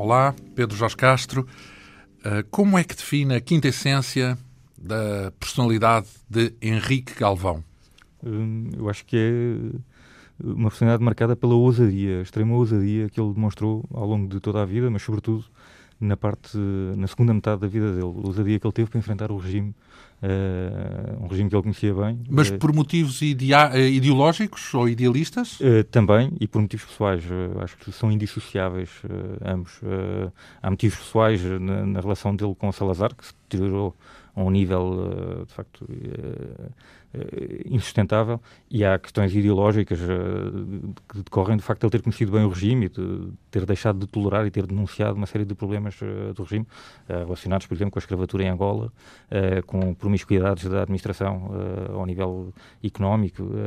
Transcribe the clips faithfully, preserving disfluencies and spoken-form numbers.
Olá, Pedro Jorge Castro. Como é que define a quinta essência da personalidade de Henrique Galvão? Eu acho que é uma personalidade marcada pela ousadia, a extrema ousadia que ele demonstrou ao longo de toda a vida, mas sobretudo na parte, na segunda metade da vida dele, a ousadia que ele teve para enfrentar o regime, uh, um regime que ele conhecia bem. Mas por motivos idea- ideológicos ou idealistas? Uh, também, e por motivos pessoais. Uh, acho que são indissociáveis uh, ambos. Uh, há motivos pessoais na, na relação dele com Salazar, que se deteriorou a um nível, uh, de facto, uh, Uh, insustentável, e há questões ideológicas uh, que decorrem do facto de ele ter conhecido bem o regime e de ter deixado de tolerar e ter denunciado uma série de problemas uh, do regime, uh, relacionados, por exemplo, com a escravatura em Angola, uh, com promiscuidades da administração uh, ao nível económico, uh,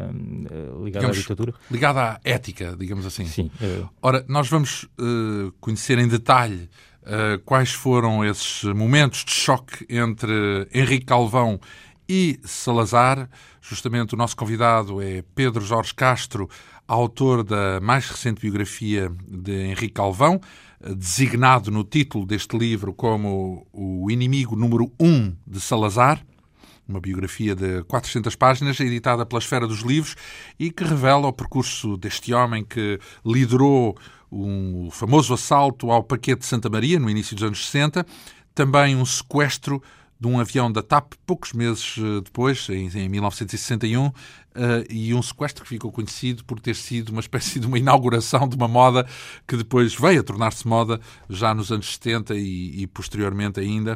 uh, ligado digamos, à ditadura. Ligado à ética, digamos assim. Sim. Uh... Ora, nós vamos uh, conhecer em detalhe uh, quais foram esses momentos de choque entre Henrique Galvão e Salazar. Justamente o nosso convidado é Pedro Jorge Castro, autor da mais recente biografia de Henrique Galvão, designado no título deste livro como o inimigo número um de Salazar, uma biografia de quatrocentas páginas, editada pela Esfera dos Livros, e que revela o percurso deste homem que liderou um famoso assalto ao Paquete de Santa Maria no início dos anos sessenta, também um sequestro de um avião da TAP, poucos meses depois, em, em mil novecentos e sessenta e um, uh, e um sequestro que ficou conhecido por ter sido uma espécie de uma inauguração de uma moda que depois veio a tornar-se moda já nos anos setenta e, e posteriormente ainda,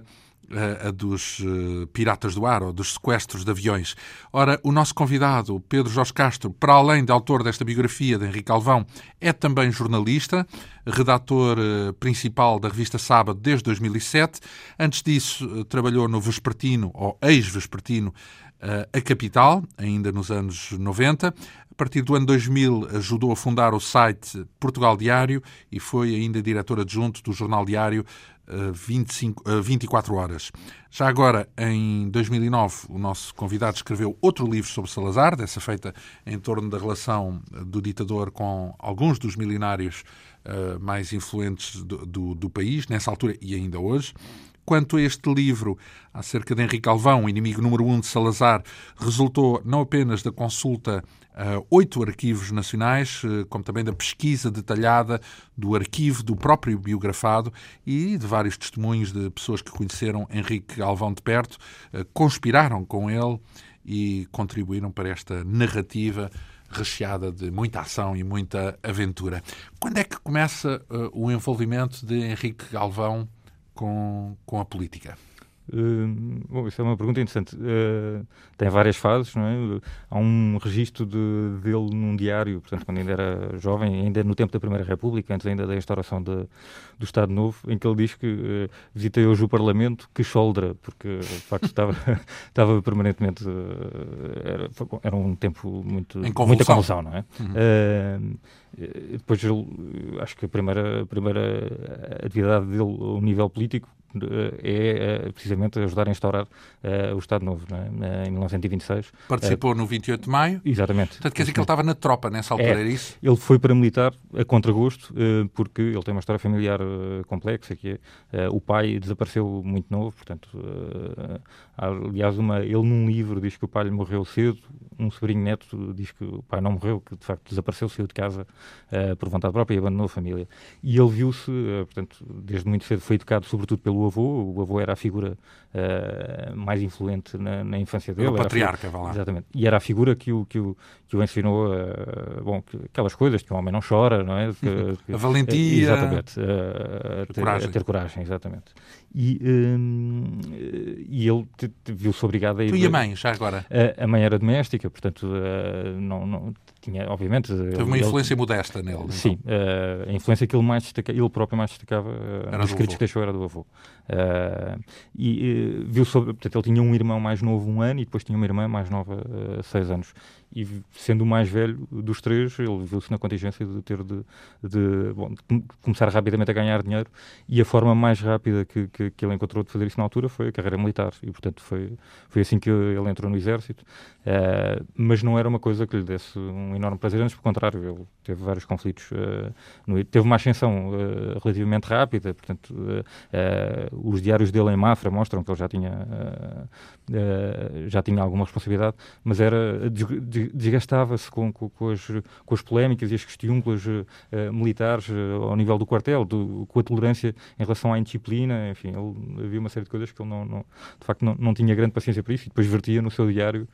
a dos uh, piratas do ar, ou dos sequestros de aviões. Ora, o nosso convidado, Pedro Jorge Castro, para além de autor desta biografia de Henrique Galvão, é também jornalista, redator uh, principal da revista Sábado desde dois mil e sete. Antes disso, uh, trabalhou no Vespertino, ou ex-Vespertino, uh, A Capital, ainda nos anos noventa. A partir do ano dois mil, ajudou a fundar o site Portugal Diário e foi ainda diretor adjunto do Jornal Diário vinte e cinco, vinte e quatro horas. Já agora, em dois mil e nove, o nosso convidado escreveu outro livro sobre Salazar, dessa feita em torno da relação do ditador com alguns dos milionários uh, mais influentes do, do, do país, nessa altura e ainda hoje. Quanto a este livro, acerca de Henrique Galvão, o inimigo número um de Salazar, resultou não apenas da consulta a oito arquivos nacionais, como também da pesquisa detalhada do arquivo do próprio biografado e de vários testemunhos de pessoas que conheceram Henrique Galvão de perto, conspiraram com ele e contribuíram para esta narrativa recheada de muita ação e muita aventura. Quando é que começa uh, o envolvimento de Henrique Galvão com, com a política? Uh, bom, isso é uma pergunta interessante. Uh, tem várias fases, não é? Há um registro de, dele num diário, portanto, quando ainda era jovem, ainda no tempo da Primeira República, antes ainda da instauração de, do Estado Novo, em que ele diz que uh, visitei hoje o Parlamento, que choldra, porque de facto estava, estava permanentemente. Uh, era, era um tempo muito, muita confusão, não é? Uhum. Uh, depois, ele, acho que a primeira, a primeira atividade dele ao nível político é, é precisamente ajudar a instaurar uh, o Estado Novo, não é? Em mil novecentos e vinte e seis. Participou uh, no vinte e oito de maio? Exatamente. Portanto, quer dizer que ele estava na tropa nessa altura, é, era isso? Ele foi paramilitar a contragosto, uh, porque ele tem uma história familiar uh, complexa, que é, uh, o pai desapareceu muito novo, portanto, uh, aliás, uma, ele num livro diz que o pai lhe morreu cedo, um sobrinho neto diz que o pai não morreu, que de facto desapareceu, saiu de casa uh, por vontade própria e abandonou a família. E ele viu-se, uh, portanto, desde muito cedo foi educado sobretudo pelo avô. O avô era a figura uh, mais influente na, na infância dele. O patriarca, vá lá. Exatamente. E era a figura que o, que o, que o ensinou, uh, bom, que, aquelas coisas que um homem não chora, não é? Que, que, a valentia. Uh, exatamente. Uh, a, ter, coragem. a ter coragem, exatamente. E, um, e ele te, te, viu-se obrigado a ir... Tu e a mãe, já agora? A, a mãe era doméstica, portanto, uh, não... não tinha, obviamente... Teve uma ele, influência modesta nele. Então. Sim, uh, a influência que ele mais destacava, ele próprio mais destacava, uh, dos escritos que deixou era do avô. Uh, e uh, viu sobre, portanto, ele tinha um irmão mais novo um ano e depois tinha uma irmã mais nova uh, seis anos. E sendo o mais velho dos três, ele viu-se na contingência de ter de, de, bom, de começar rapidamente a ganhar dinheiro, e a forma mais rápida que, que, que ele encontrou de fazer isso na altura foi a carreira militar, e portanto foi, foi assim que ele entrou no exército. Uh, Uh, mas não era uma coisa que lhe desse um enorme prazer, antes pelo contrário, ele teve vários conflitos, uh, no, teve uma ascensão uh, relativamente rápida, portanto, uh, uh, os diários dele em Mafra mostram que ele já tinha, uh, uh, já tinha alguma responsabilidade, mas era, desgastava-se com, com, com, as, com as polémicas e as questiúnculas uh, militares uh, ao nível do quartel, do, com a tolerância em relação à indisciplina, enfim, ele, havia uma série de coisas que ele não, não, de facto não, não tinha grande paciência para isso, e depois vertia no seu diário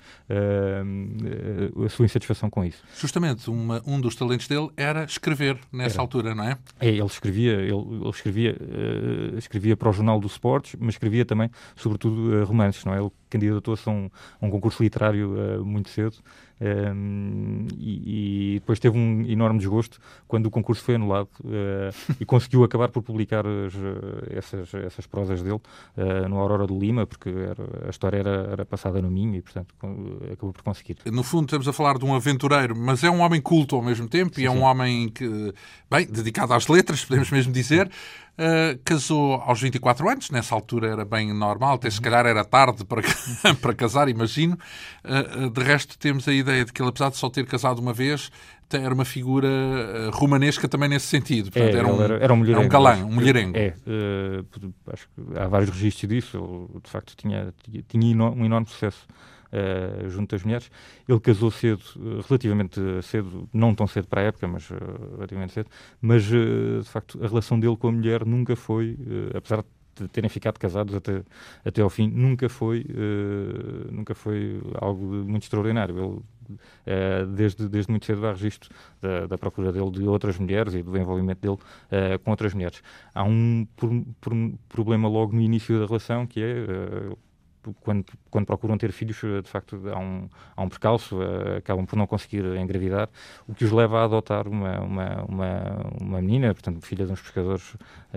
uh, uh, a sua insatisfação com isso. Justamente, uma, um dos talentos dele era escrever nessa era. altura, não é? É, ele escrevia, ele, ele escrevia, uh, escrevia para o Jornal do Sports, mas escrevia também, sobretudo, uh, romances, não é? Ele candidatou-se a um, a um concurso literário uh, muito cedo, um, e, e depois teve um enorme desgosto quando o concurso foi anulado, uh, e conseguiu acabar por publicar as, essas, essas prosas dele uh, no Aurora de Lima, porque era, a história era, era passada no Minho e, portanto, acabou por conseguir. No fundo, estamos a falar de um aventureiro, mas é um homem culto ao mesmo tempo, sim, e é um sim. homem que, bem, dedicado às letras, podemos mesmo dizer. Uh, casou aos vinte e quatro anos, nessa altura era bem normal, até se calhar era tarde para, para casar, imagino. Uh, de resto, temos a ideia de que ele, apesar de só ter casado uma vez, era uma figura uh, romanesca também nesse sentido. Portanto, é, era, um, era, era, um era um galã, um mulherengo. É, uh, acho que há vários registros disso. Ele, de facto, tinha, tinha um enorme sucesso Uh, junto às mulheres. Ele casou cedo, uh, relativamente cedo, não tão cedo para a época, mas uh, relativamente cedo, mas uh, de facto a relação dele com a mulher nunca foi, uh, apesar de terem ficado casados até, até ao fim, nunca foi, uh, nunca foi algo muito extraordinário. Ele, uh, desde, desde muito cedo há registro da, da procura dele de outras mulheres e do envolvimento dele uh, com outras mulheres. Há um por, por, problema logo no início da relação, que é uh, Quando, quando procuram ter filhos, de facto, há um, há um percalço, uh, acabam por não conseguir engravidar, o que os leva a adotar uma, uma, uma, uma menina, portanto, filha de uns pescadores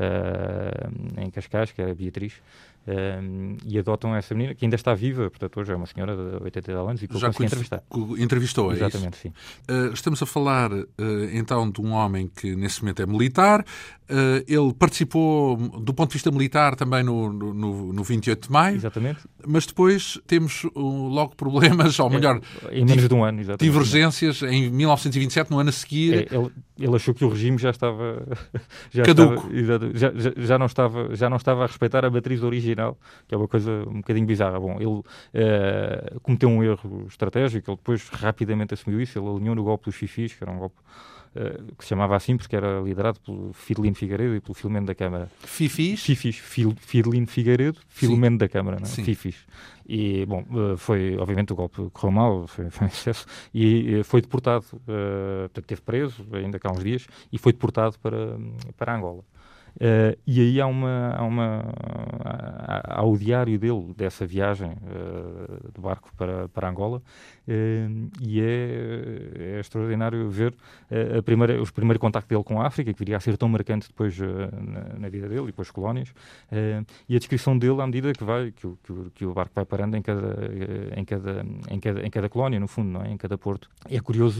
uh, em Cascais, que é a Beatriz, uh, e adotam essa menina, que ainda está viva, portanto, hoje é uma senhora de oitenta e tal anos, e que eu consegui entrevistar. Entrevistou, é Exatamente, isso? Sim. Uh, estamos a falar, uh, então, de um homem que, nesse momento, é militar. Uh, ele participou, do ponto de vista militar, também no, no, no vinte e oito de maio. Exatamente. Mas depois temos uh, logo problemas, ou melhor, é, em menos de um ano, exatamente. Divergências em mil novecentos e vinte e sete, no ano a seguir. É, ele, ele achou que o regime já estava... Já caduco. Estava, já, já, já, não estava, já não estava a respeitar a matriz original, que é uma coisa um bocadinho bizarra. Bom, ele uh, cometeu um erro estratégico, ele depois rapidamente assumiu isso, ele alinhou no golpe dos fifis, que era um golpe Uh, que se chamava assim porque era liderado pelo Fidelino Figueiredo e pelo Filomeno da Câmara. Fifis? Fifis. Fil, Fidelino Figueiredo, Filomeno da Câmara, não é? Sim. Fifis. E, bom, uh, foi, obviamente, o golpe correu mal, foi, foi um excesso, e uh, foi deportado, uh, portanto, teve preso, ainda cá há uns dias, e foi deportado para, para Angola. Uh, e aí há, uma, há, uma, há, há o diário dele, dessa viagem uh, de barco para, para Angola, uh, e é, é extraordinário ver uh, a primeira, os primeiros contactos dele com a África, que viria a ser tão marcante depois uh, na, na vida dele, e depois colónias, uh, e a descrição dele à medida que, vai, que, o, que, o, que o barco vai parando em cada, uh, em, cada, em, cada, em cada colónia, no fundo, não é? Em cada porto. É curioso,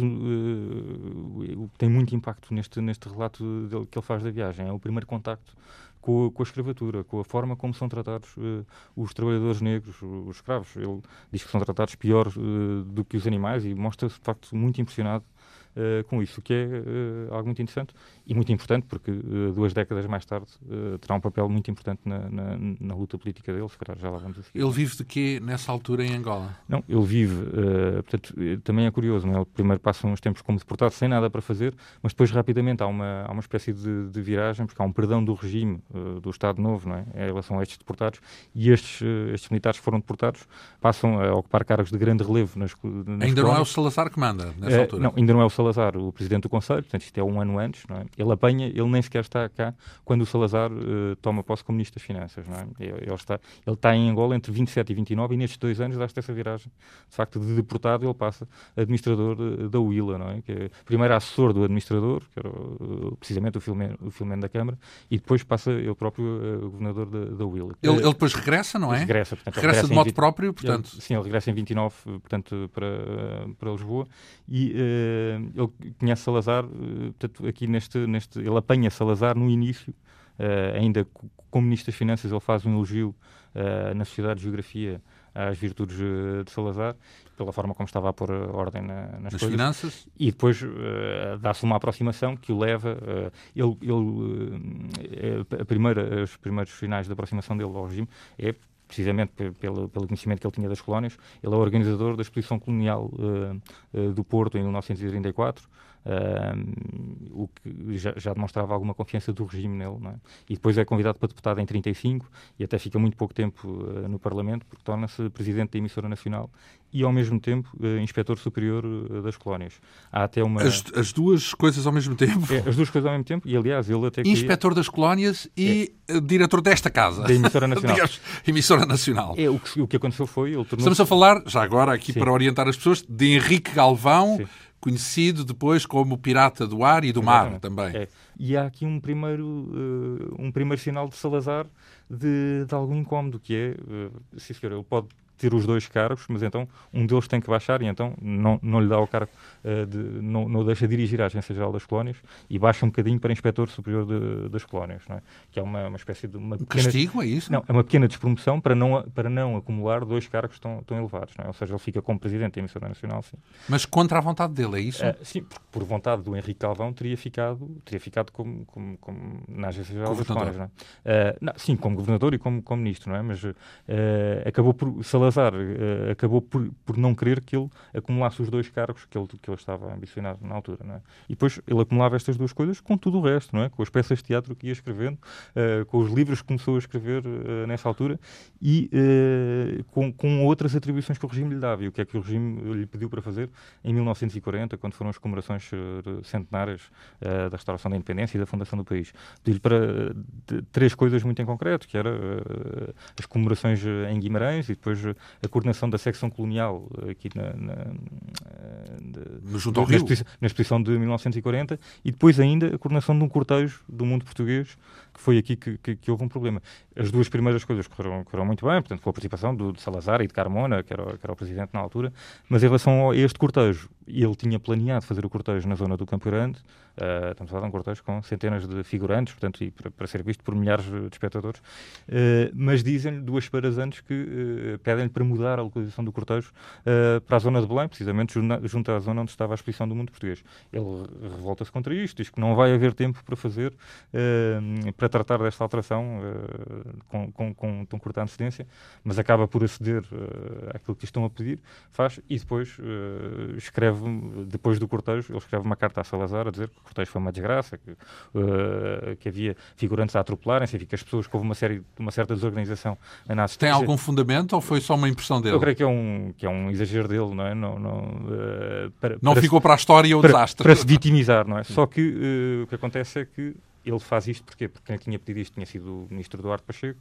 uh, tem muito impacto neste, neste relato dele, que ele faz da viagem. É o primeiro contacto Com a, com a escravatura, com a forma como são tratados uh, os trabalhadores negros, os, os escravos. Ele diz que são tratados pior uh, do que os animais e mostra-se, de facto, muito impressionado uh, com isso, o que é uh, algo muito interessante e muito importante, porque uh, duas décadas mais tarde uh, terá um papel muito importante na, na, na luta política dele, se calhar já lá vamos a seguir. Ele vive de quê nessa altura em Angola? Não, ele vive, uh, portanto, também é curioso, não é? Ele primeiro passa uns tempos como deportado, sem nada para fazer, mas depois rapidamente há uma, há uma espécie de, de viragem, porque há um perdão do regime uh, do Estado Novo, não é? Em relação a estes deportados, e estes, uh, estes militares que foram deportados passam a ocupar cargos de grande relevo nas, nas Ainda colónias. Não é o Salazar que manda nessa uh, altura? Não, ainda não é o Salazar, o presidente do Conselho, portanto isto é um ano antes, não é? Ele apanha, ele nem sequer está cá quando o Salazar uh, toma posse como Ministro das Finanças, não é? Ele está, ele está em Angola entre vinte e sete e vinte e nove e nestes dois anos dá-se essa viragem. De facto, de deportado ele passa a administrador uh, da U I L A, não é? Que é primeiro assessor do administrador, que era uh, precisamente o Filomeno, o Filomeno da Câmara, e depois passa ele próprio uh, governador da, da U I L A. Ele, ele depois regressa, não é? Regressa, portanto, regressa, regressa de modo vinte... próprio, portanto... Ele, sim, ele regressa em vinte e nove, portanto, para, para Lisboa, e uh, ele conhece Salazar, uh, portanto, aqui neste, neste... Ele apanha Salazar no início, uh, ainda como Ministro das Finanças, ele faz um elogio uh, na Sociedade de Geografia às virtudes uh, de Salazar, pela forma como estava a pôr ordem na, nas, nas coisas. finanças. E depois uh, dá-se uma aproximação que o leva... Uh, ele, ele, uh, a primeira, os primeiros sinais da aproximação dele ao regime é precisamente pelo, pelo conhecimento que ele tinha das colónias. Ele é o organizador da Exposição Colonial uh, uh, do Porto em mil novecentos e trinta e quatro, uh, o que já, já demonstrava alguma confiança do regime nele, não é? E depois é convidado para deputado em trinta e cinco e até fica muito pouco tempo uh, no Parlamento, porque torna-se presidente da emissora nacional e, ao mesmo tempo, uh, inspetor superior uh, das colónias. Há até uma... As, as duas coisas ao mesmo tempo? É, as duas coisas ao mesmo tempo, e aliás, ele até queria... Inspetor das colónias e é. diretor desta casa. Da emissora nacional. Digamos, emissora nacional. É, o, que, o que aconteceu foi... Ele tornou... Estamos a falar, já agora, aqui Sim. para orientar as pessoas, de Henrique Galvão, Sim. conhecido depois como Pirata do Ar e do Exatamente. Mar também. É. E há aqui um primeiro, uh, um primeiro sinal de Salazar de, de algum incómodo, que é, uh, se senhor, ele pode ter os dois cargos, mas então um deles tem que baixar e então não, não lhe dá o cargo, uh, de, não, não o deixa dirigir a Agência Geral das Colónias e baixa um bocadinho para Inspetor Superior de, das Colónias, não é? Que é uma, uma espécie de... Uma um pequena, castigo, é isso? Não, é uma pequena despromoção para não, para não acumular dois cargos tão, tão elevados, não é? Ou seja, ele fica como Presidente da Emissora Nacional, sim. Mas contra a vontade dele, é isso? Uh, sim, por, por vontade do Henrique Galvão teria ficado, teria ficado como, como, como na Agência Geral das Colónias, não é? Uh, não, sim, como Governador e como, como Ministro, não é? Mas uh, acabou por... Salazar... Uh, acabou por, por não querer que ele acumulasse os dois cargos que ele, que ele estava a ambicionar na altura, não é? E depois ele acumulava estas duas coisas com tudo o resto, não é? Com as peças de teatro que ia escrevendo, uh, com os livros que começou a escrever uh, nessa altura e uh, com, com outras atribuições que o regime lhe dava. E o que é que o regime lhe pediu para fazer em mil novecentos e quarenta, quando foram as comemorações uh, centenárias uh, da restauração da independência e da fundação do país? Pediu-lhe para de, três coisas muito em concreto, que era uh, as comemorações em Guimarães e depois uh, a coordenação da secção colonial aqui na, na, de, junto ao na, Rio. exposição, na exposição de mil novecentos e quarenta e depois ainda a coordenação de um cortejo do mundo português, que foi aqui que, que, que houve um problema. As duas primeiras coisas correram, correram muito bem, portanto, com a participação do, de Salazar e de Carmona, que era, que era o presidente na altura, mas em relação a este cortejo, ele tinha planeado fazer o cortejo na zona do Campo Grande, uh, estamos a falar de um cortejo com centenas de figurantes, portanto, e para, para ser visto por milhares de espectadores, uh, mas dizem-lhe duas semanas antes que uh, pedem-lhe para mudar a localização do cortejo uh, para a zona de Belém, precisamente junto à zona onde estava a exposição do mundo português. Ele revolta-se contra isto, diz que não vai haver tempo para fazer, uh, para tratar desta alteração uh, com, com, com tão curta antecedência, mas acaba por aceder uh, àquilo que estão a pedir, faz e depois uh, escreve, depois do cortejo, ele escreve uma carta a Salazar a dizer que o cortejo foi uma desgraça, que, uh, que havia figurantes a atropelarem-se, que as pessoas, que houve uma, série, uma certa desorganização na assistência. Tem algum fundamento ou foi só uma impressão dele? Eu creio que é um, que é um exagero dele, não é? Não, não, uh, para, não para ficou se, para a história o para, desastre. Para se vitimizar, não é? Só que uh, o que acontece é que ele faz isto porquê? Porque quem tinha pedido isto tinha sido o ministro Duarte Pacheco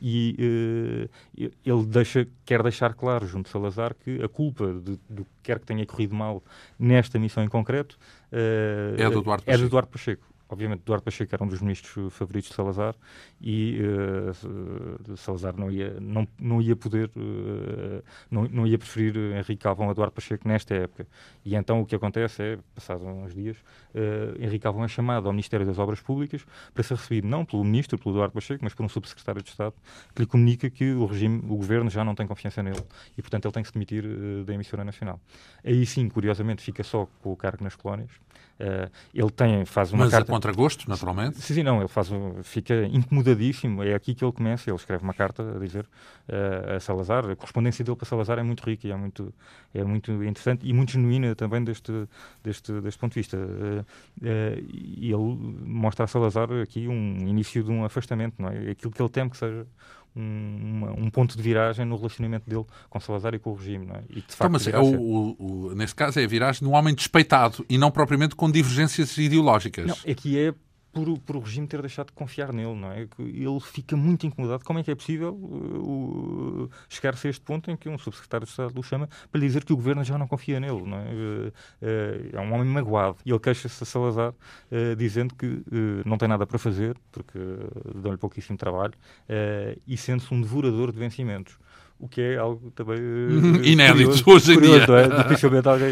e uh, ele deixa, quer deixar claro junto de Salazar que a culpa de, do que quer que tenha corrido mal nesta missão em concreto uh, é do Duarte é Pacheco. do Duarte Pacheco. Obviamente, Duarte Pacheco era um dos ministros favoritos de Salazar e uh, Salazar não ia, não, não ia poder, uh, não, não ia preferir Henrique Galvão a Duarte Pacheco nesta época. E então o que acontece é, passados uns dias, uh, Henrique Galvão é chamado ao Ministério das Obras Públicas para ser recebido não pelo ministro, pelo Duarte Pacheco, mas por um subsecretário de Estado que lhe comunica que o regime, o governo já não tem confiança nele e, portanto, ele tem que se demitir uh, da emissora nacional. Aí sim, curiosamente, fica só com o cargo nas colónias. Uh, ele tem, faz uma mas carta... a contragosto, naturalmente? Sim, sim, não, ele faz um, fica incomodadíssimo, é aqui que ele começa, ele escreve uma carta a dizer uh, a Salazar, a correspondência dele para Salazar é muito rica e é muito, é muito interessante e muito genuína também deste, deste, deste ponto de vista. Uh, uh, e ele mostra a Salazar aqui um início de um afastamento, não é? Aquilo que ele teme que seja Um, uma, um ponto de viragem no relacionamento dele com Salazar e com o regime, não é? E de facto, então, mas é o, o, o, nesse caso é a viragem de um homem despeitado e não propriamente com divergências ideológicas. Não, aqui é por, por o regime ter deixado de confiar nele, não é? Ele fica muito incomodado. Como é que é possível uh, uh, chegar-se a este ponto em que um subsecretário de Estado o chama para lhe dizer que o governo já não confia nele, não é? Uh, uh, é um homem magoado. E ele queixa-se a Salazar uh, dizendo que uh, não tem nada para fazer, porque uh, dão-lhe pouquíssimo trabalho, uh, e sente-se um devorador de vencimentos. o que é algo também uh, inédito curioso, hoje em curioso, dia. Não é? Dificilmente alguém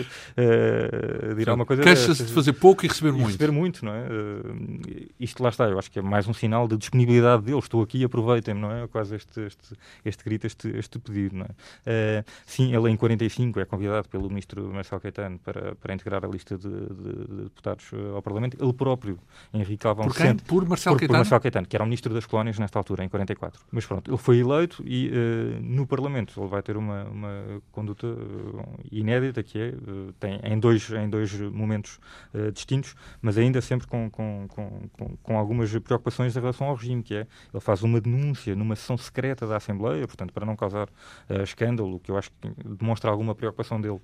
uh, dirá uma coisa Queixa-se dessas. de fazer pouco e receber e muito. receber muito, não é? Uh, isto lá está, eu acho que é mais um sinal de disponibilidade deles. Estou aqui, aproveitem-me, não é? Quase este, este, este grito, este, este pedido, não é? Uh, sim, ele em quarenta e cinco é convidado pelo ministro Marcelo Caetano para, para integrar a lista de, de, de deputados ao Parlamento. Ele próprio, Henrique Calvão Por quem? Sente, Por Marcelo por, Caetano? Por Marcelo Caetano, que era o ministro das Colónias nesta altura, em quarenta e quatro. Mas pronto, ele foi eleito e uh, no Parlamento ele vai ter uma, uma conduta uh, inédita, que é, uh, tem em dois, em dois momentos uh, distintos, mas ainda sempre com, com, com, com, com algumas preocupações em relação ao regime, que é, ele faz uma denúncia numa sessão secreta da Assembleia, portanto, para não causar uh, escândalo, que eu acho que demonstra alguma preocupação dele uh,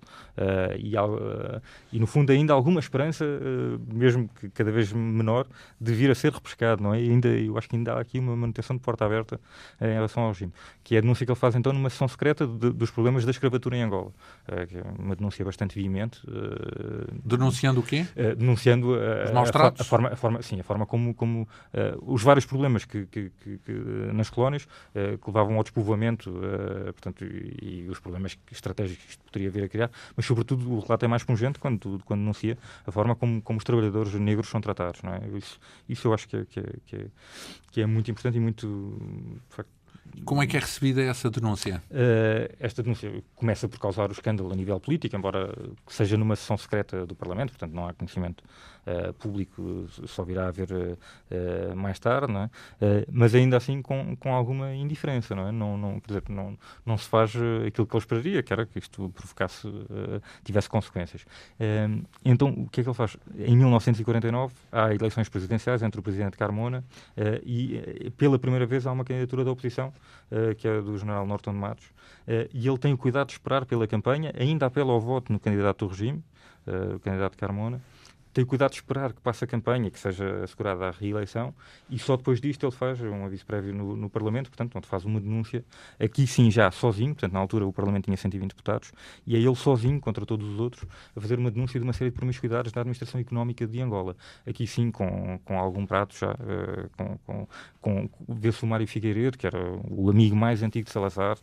e, uh, e, no fundo, ainda alguma esperança, uh, mesmo que cada vez menor, de vir a ser repescado, não é? E ainda, eu acho que ainda há aqui uma manutenção de porta aberta uh, em relação ao regime, que é a denúncia que ele faz, então, numa sessão secreta de, dos problemas da escravatura em Angola, uh, que é uma denúncia bastante veemente. Uh, Denunciando o quê? Uh, denunciando uh, Os maus a, tratos? a, forma, a forma, sim, a forma como, como uh, os vários problemas que, que, que, que nas colónias uh, que levavam ao despovoamento, uh, portanto, e, e os problemas estratégicos que isto poderia vir a criar, mas sobretudo o relato é mais pungente quando, quando denuncia a forma como, como os trabalhadores negros são tratados, não é? Isso, isso eu acho que é, que, é, que, é, que é muito importante e muito... De facto, como é que é recebida essa denúncia? Uh, esta denúncia começa por causar o escândalo a nível político, embora seja numa sessão secreta do Parlamento, portanto não há conhecimento uh, público, só virá a haver uh, mais tarde, não é? Uh, mas ainda assim com, com alguma indiferença, não é? Não, não, quer dizer, não, não se faz aquilo que ele esperaria, que era que isto provocasse, uh, tivesse consequências. Uh, então, o que é que ele faz? Em mil novecentos e quarenta e nove há eleições presidenciais entre o presidente Carmona uh, e, pela primeira vez, há uma candidatura da oposição, Uh, que é do general Norton de Matos, uh, e ele tem o cuidado de esperar pela campanha, ainda apela ao voto no candidato do regime, uh, o candidato Carmona, tem o cuidado de esperar que passe a campanha, que seja assegurada a reeleição, e só depois disto ele faz um aviso prévio no, no Parlamento, portanto, onde faz uma denúncia, aqui sim já sozinho, portanto, na altura o Parlamento tinha cento e vinte deputados, e é ele sozinho, contra todos os outros, a fazer uma denúncia de uma série de promiscuidades na administração económica de Angola. Aqui sim, com, com algum prato já, uh, com, com, com vê-se o Mário Figueiredo, que era o amigo mais antigo de Salazar,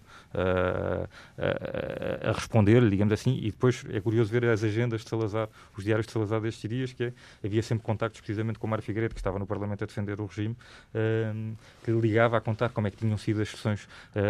uh, uh, a responder-lhe, digamos assim, e depois é curioso ver as agendas de Salazar, os diários de Salazar destes dias, que é, havia sempre contactos precisamente com o Mário Figueiredo, que estava no Parlamento a defender o regime, uh, que ligava a contar como é que tinham sido as sessões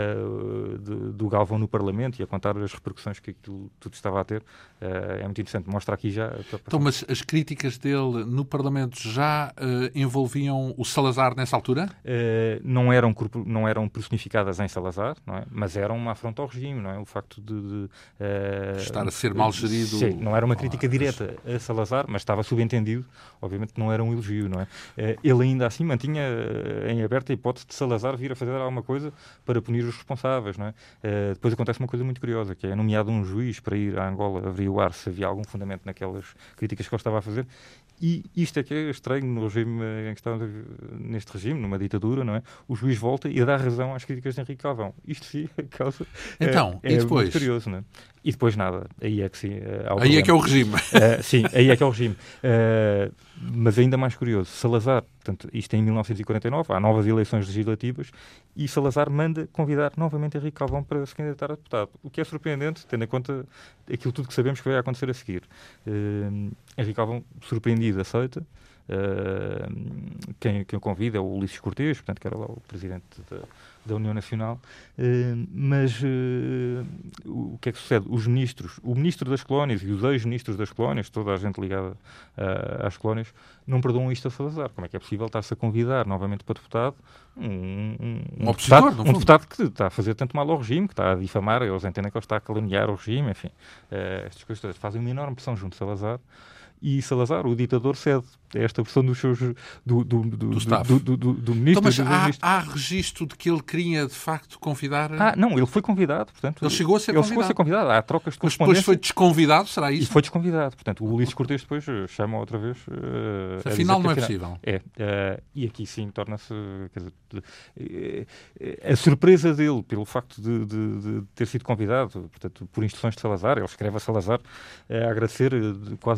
uh, de, do Galvão no Parlamento e a contar as repercussões que aquilo tudo estava a ter. Uh, é muito interessante. Mostra aqui já... Então, mas as críticas dele no Parlamento já uh, envolviam o Salazar nessa altura? Uh, não, eram, não eram personificadas em Salazar, não é? Mas eram uma afronta ao regime, não é? O facto de... de uh, estar a ser mal gerido... Sim, não era uma crítica ah, direta a Salazar, mas estava subentendido, obviamente que não era um elogio, não é? Ele ainda assim mantinha em aberto a hipótese de Salazar vir a fazer alguma coisa para punir os responsáveis, não é? Depois acontece uma coisa muito curiosa, que é nomeado um juiz para ir a Angola averiguar se havia algum fundamento naquelas críticas que ele estava a fazer. E isto é que é estranho no regime em que estamos neste regime, numa ditadura, não é? O juiz volta e dá razão às críticas de Henrique Calvão. Isto sim, causa. Então, é, e depois? É muito curioso, não é? E depois nada. Aí é que sim. Aí problema. É que é o regime. Uh, sim, aí é que é o regime. Uh, mas ainda mais curioso, Salazar, portanto, isto é em mil novecentos e quarenta e nove, há novas eleições legislativas e Salazar manda convidar novamente Henrique Calvão para se candidatar a deputado. O que é surpreendente, tendo em conta aquilo tudo que sabemos que vai acontecer a seguir. Uh, Henrique Calvão, surpreendido, aceita. Uh, quem, quem o convida é o Ulisses Cortês, portanto, que era lá o presidente da, da União Nacional, uh, mas uh, o que é que sucede? Os ministros, o ministro das colónias e os ex-ministros das colónias, toda a gente ligada uh, às colónias, não perdoam isto a Salazar. Como é que é possível estar-se a convidar novamente para deputado um, um, um, um, opositor, deputado, um deputado que está a fazer tanto mal ao regime, que está a difamar, eles entendem que ele está a caluniar o regime, enfim, uh, estas coisas todas fazem uma enorme pressão junto de Salazar. E Salazar, o ditador, cede a esta pressão dos seus, do, do, do, do, do, do, do, do ministro. Então, mas do há, ministro. há registro de que ele queria, de facto, convidar... Ah, não, ele foi convidado, portanto... Ele chegou a ser ele convidado. Chegou a ser convidado. Há trocas de mas correspondência. Depois foi desconvidado, será isso? E foi desconvidado. Portanto, o Ulisses Cortês depois chama outra vez... Uh, afinal, não é afinal, possível. É. Uh, e aqui sim torna-se... Quer dizer, uh, a surpresa dele, pelo facto de, de, de ter sido convidado, portanto, por instruções de Salazar, ele escreve a Salazar uh, a agradecer uh, quase de forma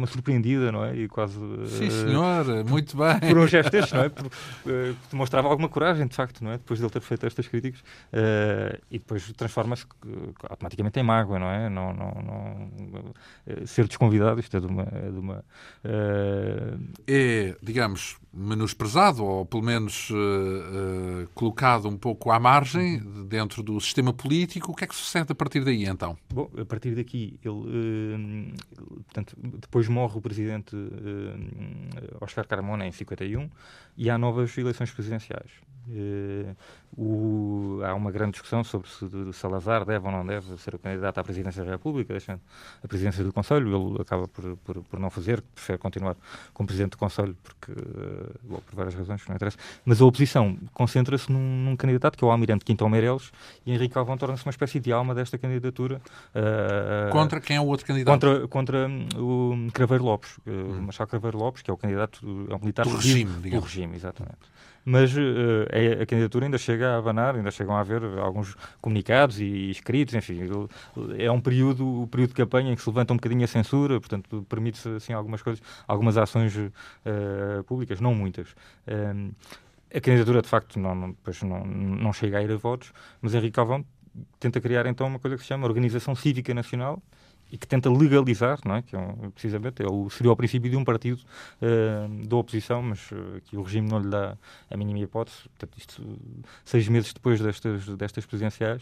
forma surpreendida, não é? E quase... Sim, senhor, muito bem. Por um gesto destes, não é? Por, uh, demonstrava alguma coragem, de facto, não é? Depois de ele ter feito estas críticas. Uh, e depois transforma-se uh, automaticamente em mágoa, não é? Não, não, não, uh, ser desconvidado, isto é de uma... É, de uma, uh... é digamos, menosprezado, ou pelo menos uh, uh, colocado um pouco à margem, dentro do sistema político. O que é que sucede a partir daí, então? Bom, a partir daqui, ele, uh, portanto, depois morre o presidente uh, Oscar Carmona em cinquenta e um e há novas eleições presidenciais. Uh, o, há uma grande discussão sobre se Salazar deve ou não deve ser o candidato à presidência da República, deixando a presidência do Conselho. Ele acaba por, por, por não fazer, prefere continuar como presidente do Conselho, porque, uh, bom, por várias razões que não interessa. Mas a oposição concentra-se num, num candidato que é o almirante Quintão Meireles, e Henrique Calvão torna-se uma espécie de alma desta candidatura. Uh, contra quem é o outro candidato? Contra, contra um, o Craveiro Lopes, uh, hum. Marcelo Craveiro Lopes, que é o candidato, é um militar do regime, digamos. Do regime, exatamente. Mas uh, a, a candidatura ainda chega a abanar, ainda chegam a haver alguns comunicados e escritos, enfim, é um período, o período de campanha em que se levanta um bocadinho a censura, portanto permite-se assim algumas coisas, algumas ações uh, públicas, não muitas. Um, a candidatura de facto não, não, depois não, não chega a ir a votos, mas Henrique Calvão tenta criar então uma coisa que se chama Organização Cívica Nacional, e que tenta legalizar, não é? Que é um, precisamente é o, seria o princípio de um partido uh, da oposição, mas uh, que o regime não lhe dá a mínima hipótese. Portanto, isto, seis meses depois destas, destas presidenciais,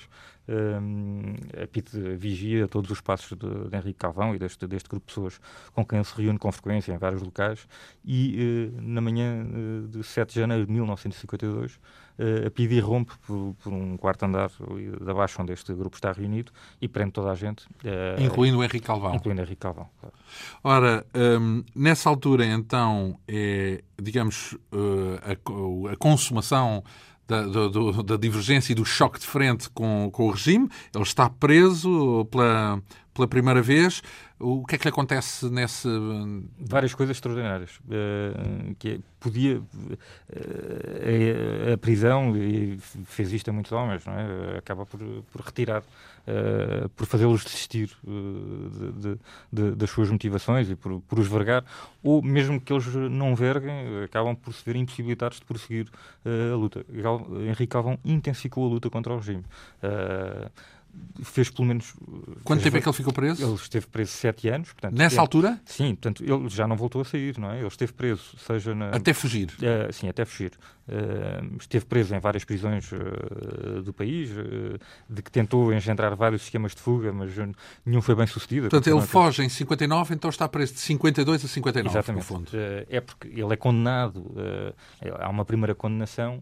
uh, a P I D vigia todos os passos de, de Henrique Calvão e deste, deste grupo de pessoas com quem ele se reúne com frequência em vários locais, e uh, na manhã uh, de sete de janeiro de mil novecentos e cinquenta e dois, Uh, a P I D irrompe por, por um quarto andar de abaixo onde este grupo está reunido e prende toda a gente. Uh, incluindo o Henrique Calvão. Incluindo Henrique Calvão, claro. Ora, um, nessa altura, então, é, digamos, uh, a, a consumação da, do, da divergência e do choque de frente com, com o regime. Ele está preso pela, pela primeira vez. O que é que lhe acontece nesse... Várias coisas extraordinárias. Uh, que é, podia... Uh, a, a prisão, e fez isto a muitos homens, não é? Acaba por, por retirar, uh, por fazê-los desistir uh, de, de, de, das suas motivações e por, por os vergar, ou mesmo que eles não verguem, acabam por se ver impossibilitados de prosseguir uh, a luta. Henrique Calvão intensificou a luta contra o regime. Uh, fez pelo menos... Quanto fez, tempo é que ele ficou preso? Ele esteve preso sete anos. Portanto, Nessa ele, altura? Sim, portanto, ele já não voltou a sair, não é? Ele esteve preso, seja na... Até fugir? Uh, sim, até fugir. Uh, esteve preso em várias prisões uh, do país, uh, de que tentou engendrar vários esquemas de fuga, mas nenhum foi bem sucedido. Portanto, ele foge em cinquenta e nove, então está preso de cinquenta e dois a cinquenta e nove, exatamente. No fundo. Uh, é porque ele é condenado, uh, há uma primeira condenação,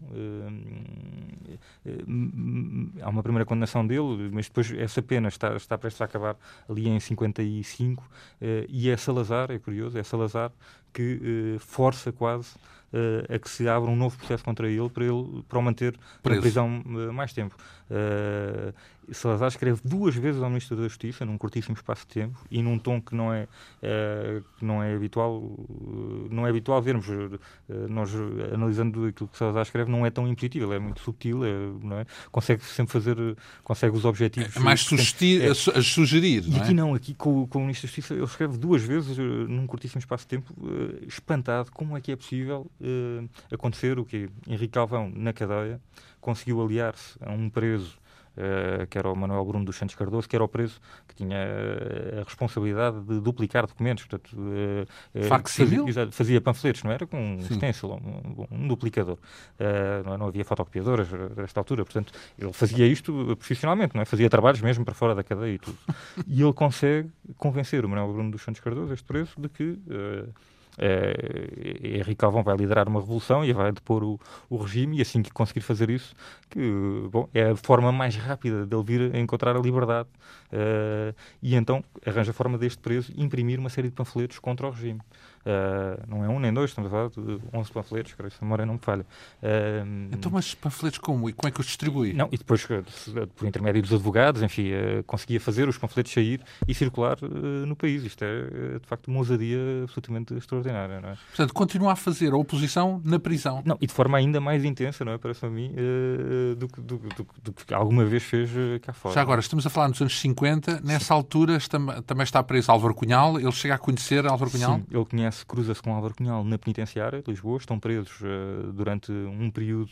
uh, uh, há uma primeira condenação dele, mas depois essa pena está, está prestes a acabar ali em cinquenta e cinco, uh, e é Salazar, é curioso, é Salazar que uh, força quase uh, a que se abra um novo processo contra ele para, ele, para o manter preso na prisão uh, mais tempo. Uh, Salazar escreve duas vezes ao Ministro da Justiça, num curtíssimo espaço de tempo, e num tom que não é, uh, que não é habitual, uh, não é habitual vermos. Uh, nós, analisando aquilo que Salazar escreve, não é tão impositivo, ele é muito subtil, é, não é? Consegue sempre fazer, consegue os objetivos... É mais sugestir, é, a sugerir, não é? E aqui não, aqui com, com o Ministro da Justiça, ele escreve duas vezes, uh, num curtíssimo espaço de tempo, uh, espantado como é que é possível uh, acontecer o que Henrique Calvão, na cadeia, conseguiu aliar-se a um preso, Uh, que era o Manuel Bruno dos Santos Cardoso, que era o preso que tinha uh, a responsabilidade de duplicar documentos, portanto, uh, uh, fazia, fazia panfletos, não era? Com um stencil, um, um duplicador. Uh, não, não havia fotocopiadoras nesta altura, portanto, ele fazia isto profissionalmente, não é? Fazia trabalhos mesmo para fora da cadeia e tudo. E ele consegue convencer o Manuel Bruno dos Santos Cardoso, este preso, de que... Uh, Uh, Henrique Calvão vai liderar uma revolução e vai depor o, o regime, e assim que conseguir fazer isso, que bom, é a forma mais rápida dele vir a encontrar a liberdade, uh, e então arranja a forma deste preso imprimir uma série de panfletos contra o regime. Uh, não é um nem dois, estamos a falar de onze panfletos, creio que a memória não me falha. Uh, então, mas panfletos como? E como é que os distribui? Não, e depois, por intermédio dos advogados, enfim, uh, conseguia fazer os panfletos sair e circular uh, no país. Isto é, de facto, uma ousadia absolutamente extraordinária, não é? Portanto, continua a fazer a oposição na prisão. Não, e de forma ainda mais intensa, não é? Parece a mim, uh, do, do, do, do que alguma vez fez uh, cá fora. Já agora, estamos a falar nos anos cinquenta, nessa Sim. altura tam- também está preso Álvaro Cunhal, ele chega a conhecer Álvaro Cunhal? Sim, ele conhece, cruza-se com Álvaro Cunhal na penitenciária de Lisboa, estão presos uh, durante um período.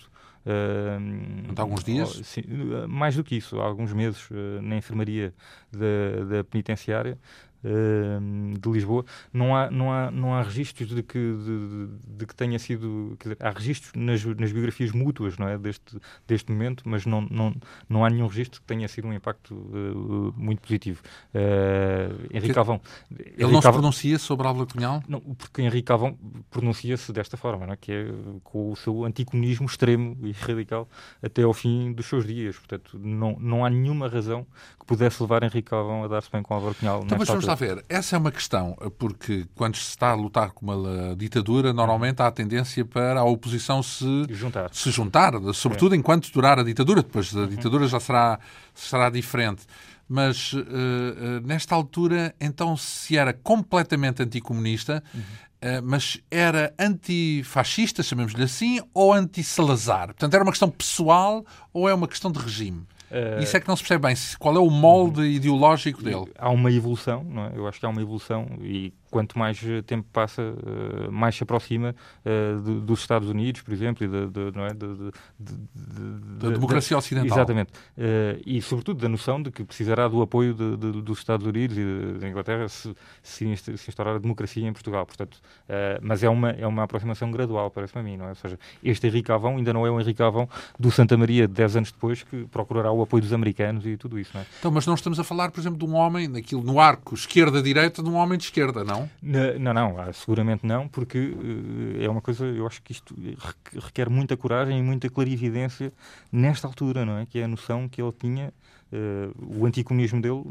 Uh, alguns dias? Sim, mais do que isso, há alguns meses uh, na enfermaria da, da penitenciária uh, de Lisboa. Não há, não há, não há registros de que, de, de, de que tenha sido... Quer dizer, há registros nas, nas biografias mútuas, não é, deste, deste momento, mas não, não, não há nenhum registro que tenha sido um impacto uh, muito positivo. Uh, Henrique Calvão... Ele Henrique não se Calvão, pronuncia sobre Álvaro Cunhal? Não, porque Henrique Calvão pronuncia-se desta forma, não é? Que é com o seu anticomunismo extremo e radical até ao fim dos seus dias. Portanto, não, não há nenhuma razão que pudesse levar Henrique Calvão a dar-se bem com Álvaro Cunhal. Então, mas vamos lá ver. Essa é uma questão, porque quando se está a lutar com uma ditadura, normalmente há a tendência para a oposição se juntar, se juntar sobretudo é. enquanto durar a ditadura. Depois da ditadura já será, será diferente. Mas, uh, uh, nesta altura, então, se era completamente anticomunista, uhum. uh, mas era antifascista, chamemos-lhe assim, ou anti-Salazar? Portanto, era uma questão pessoal ou é uma questão de regime? Uh, Isso é que não se percebe bem. Qual é o molde ideológico dele? Há uma evolução, não é? Eu acho que há uma evolução e quanto mais tempo passa, uh, mais se aproxima uh, de, dos Estados Unidos, por exemplo, e de, de, não é? de, de, de, de, da democracia ocidental. Exatamente. Uh, e, sobretudo, da noção de que precisará do apoio de, de, dos Estados Unidos e da Inglaterra se, se instaurar a democracia em Portugal. Portanto, uh, mas é uma, é uma aproximação gradual, parece-me a mim, não é? Ou seja, este Henrique Calvão ainda não é o Henrique Calvão do Santa Maria de dez anos depois, que procurará o apoio dos americanos e tudo isso, não é? Então, mas não estamos a falar, por exemplo, de um homem, naquilo, no arco esquerda-direita, de um homem de esquerda, não? Não, não, seguramente não, porque uh, é uma coisa, eu acho que isto requer muita coragem e muita clarividência nesta altura, não é? Que é a noção que ele tinha, uh, o anticomunismo dele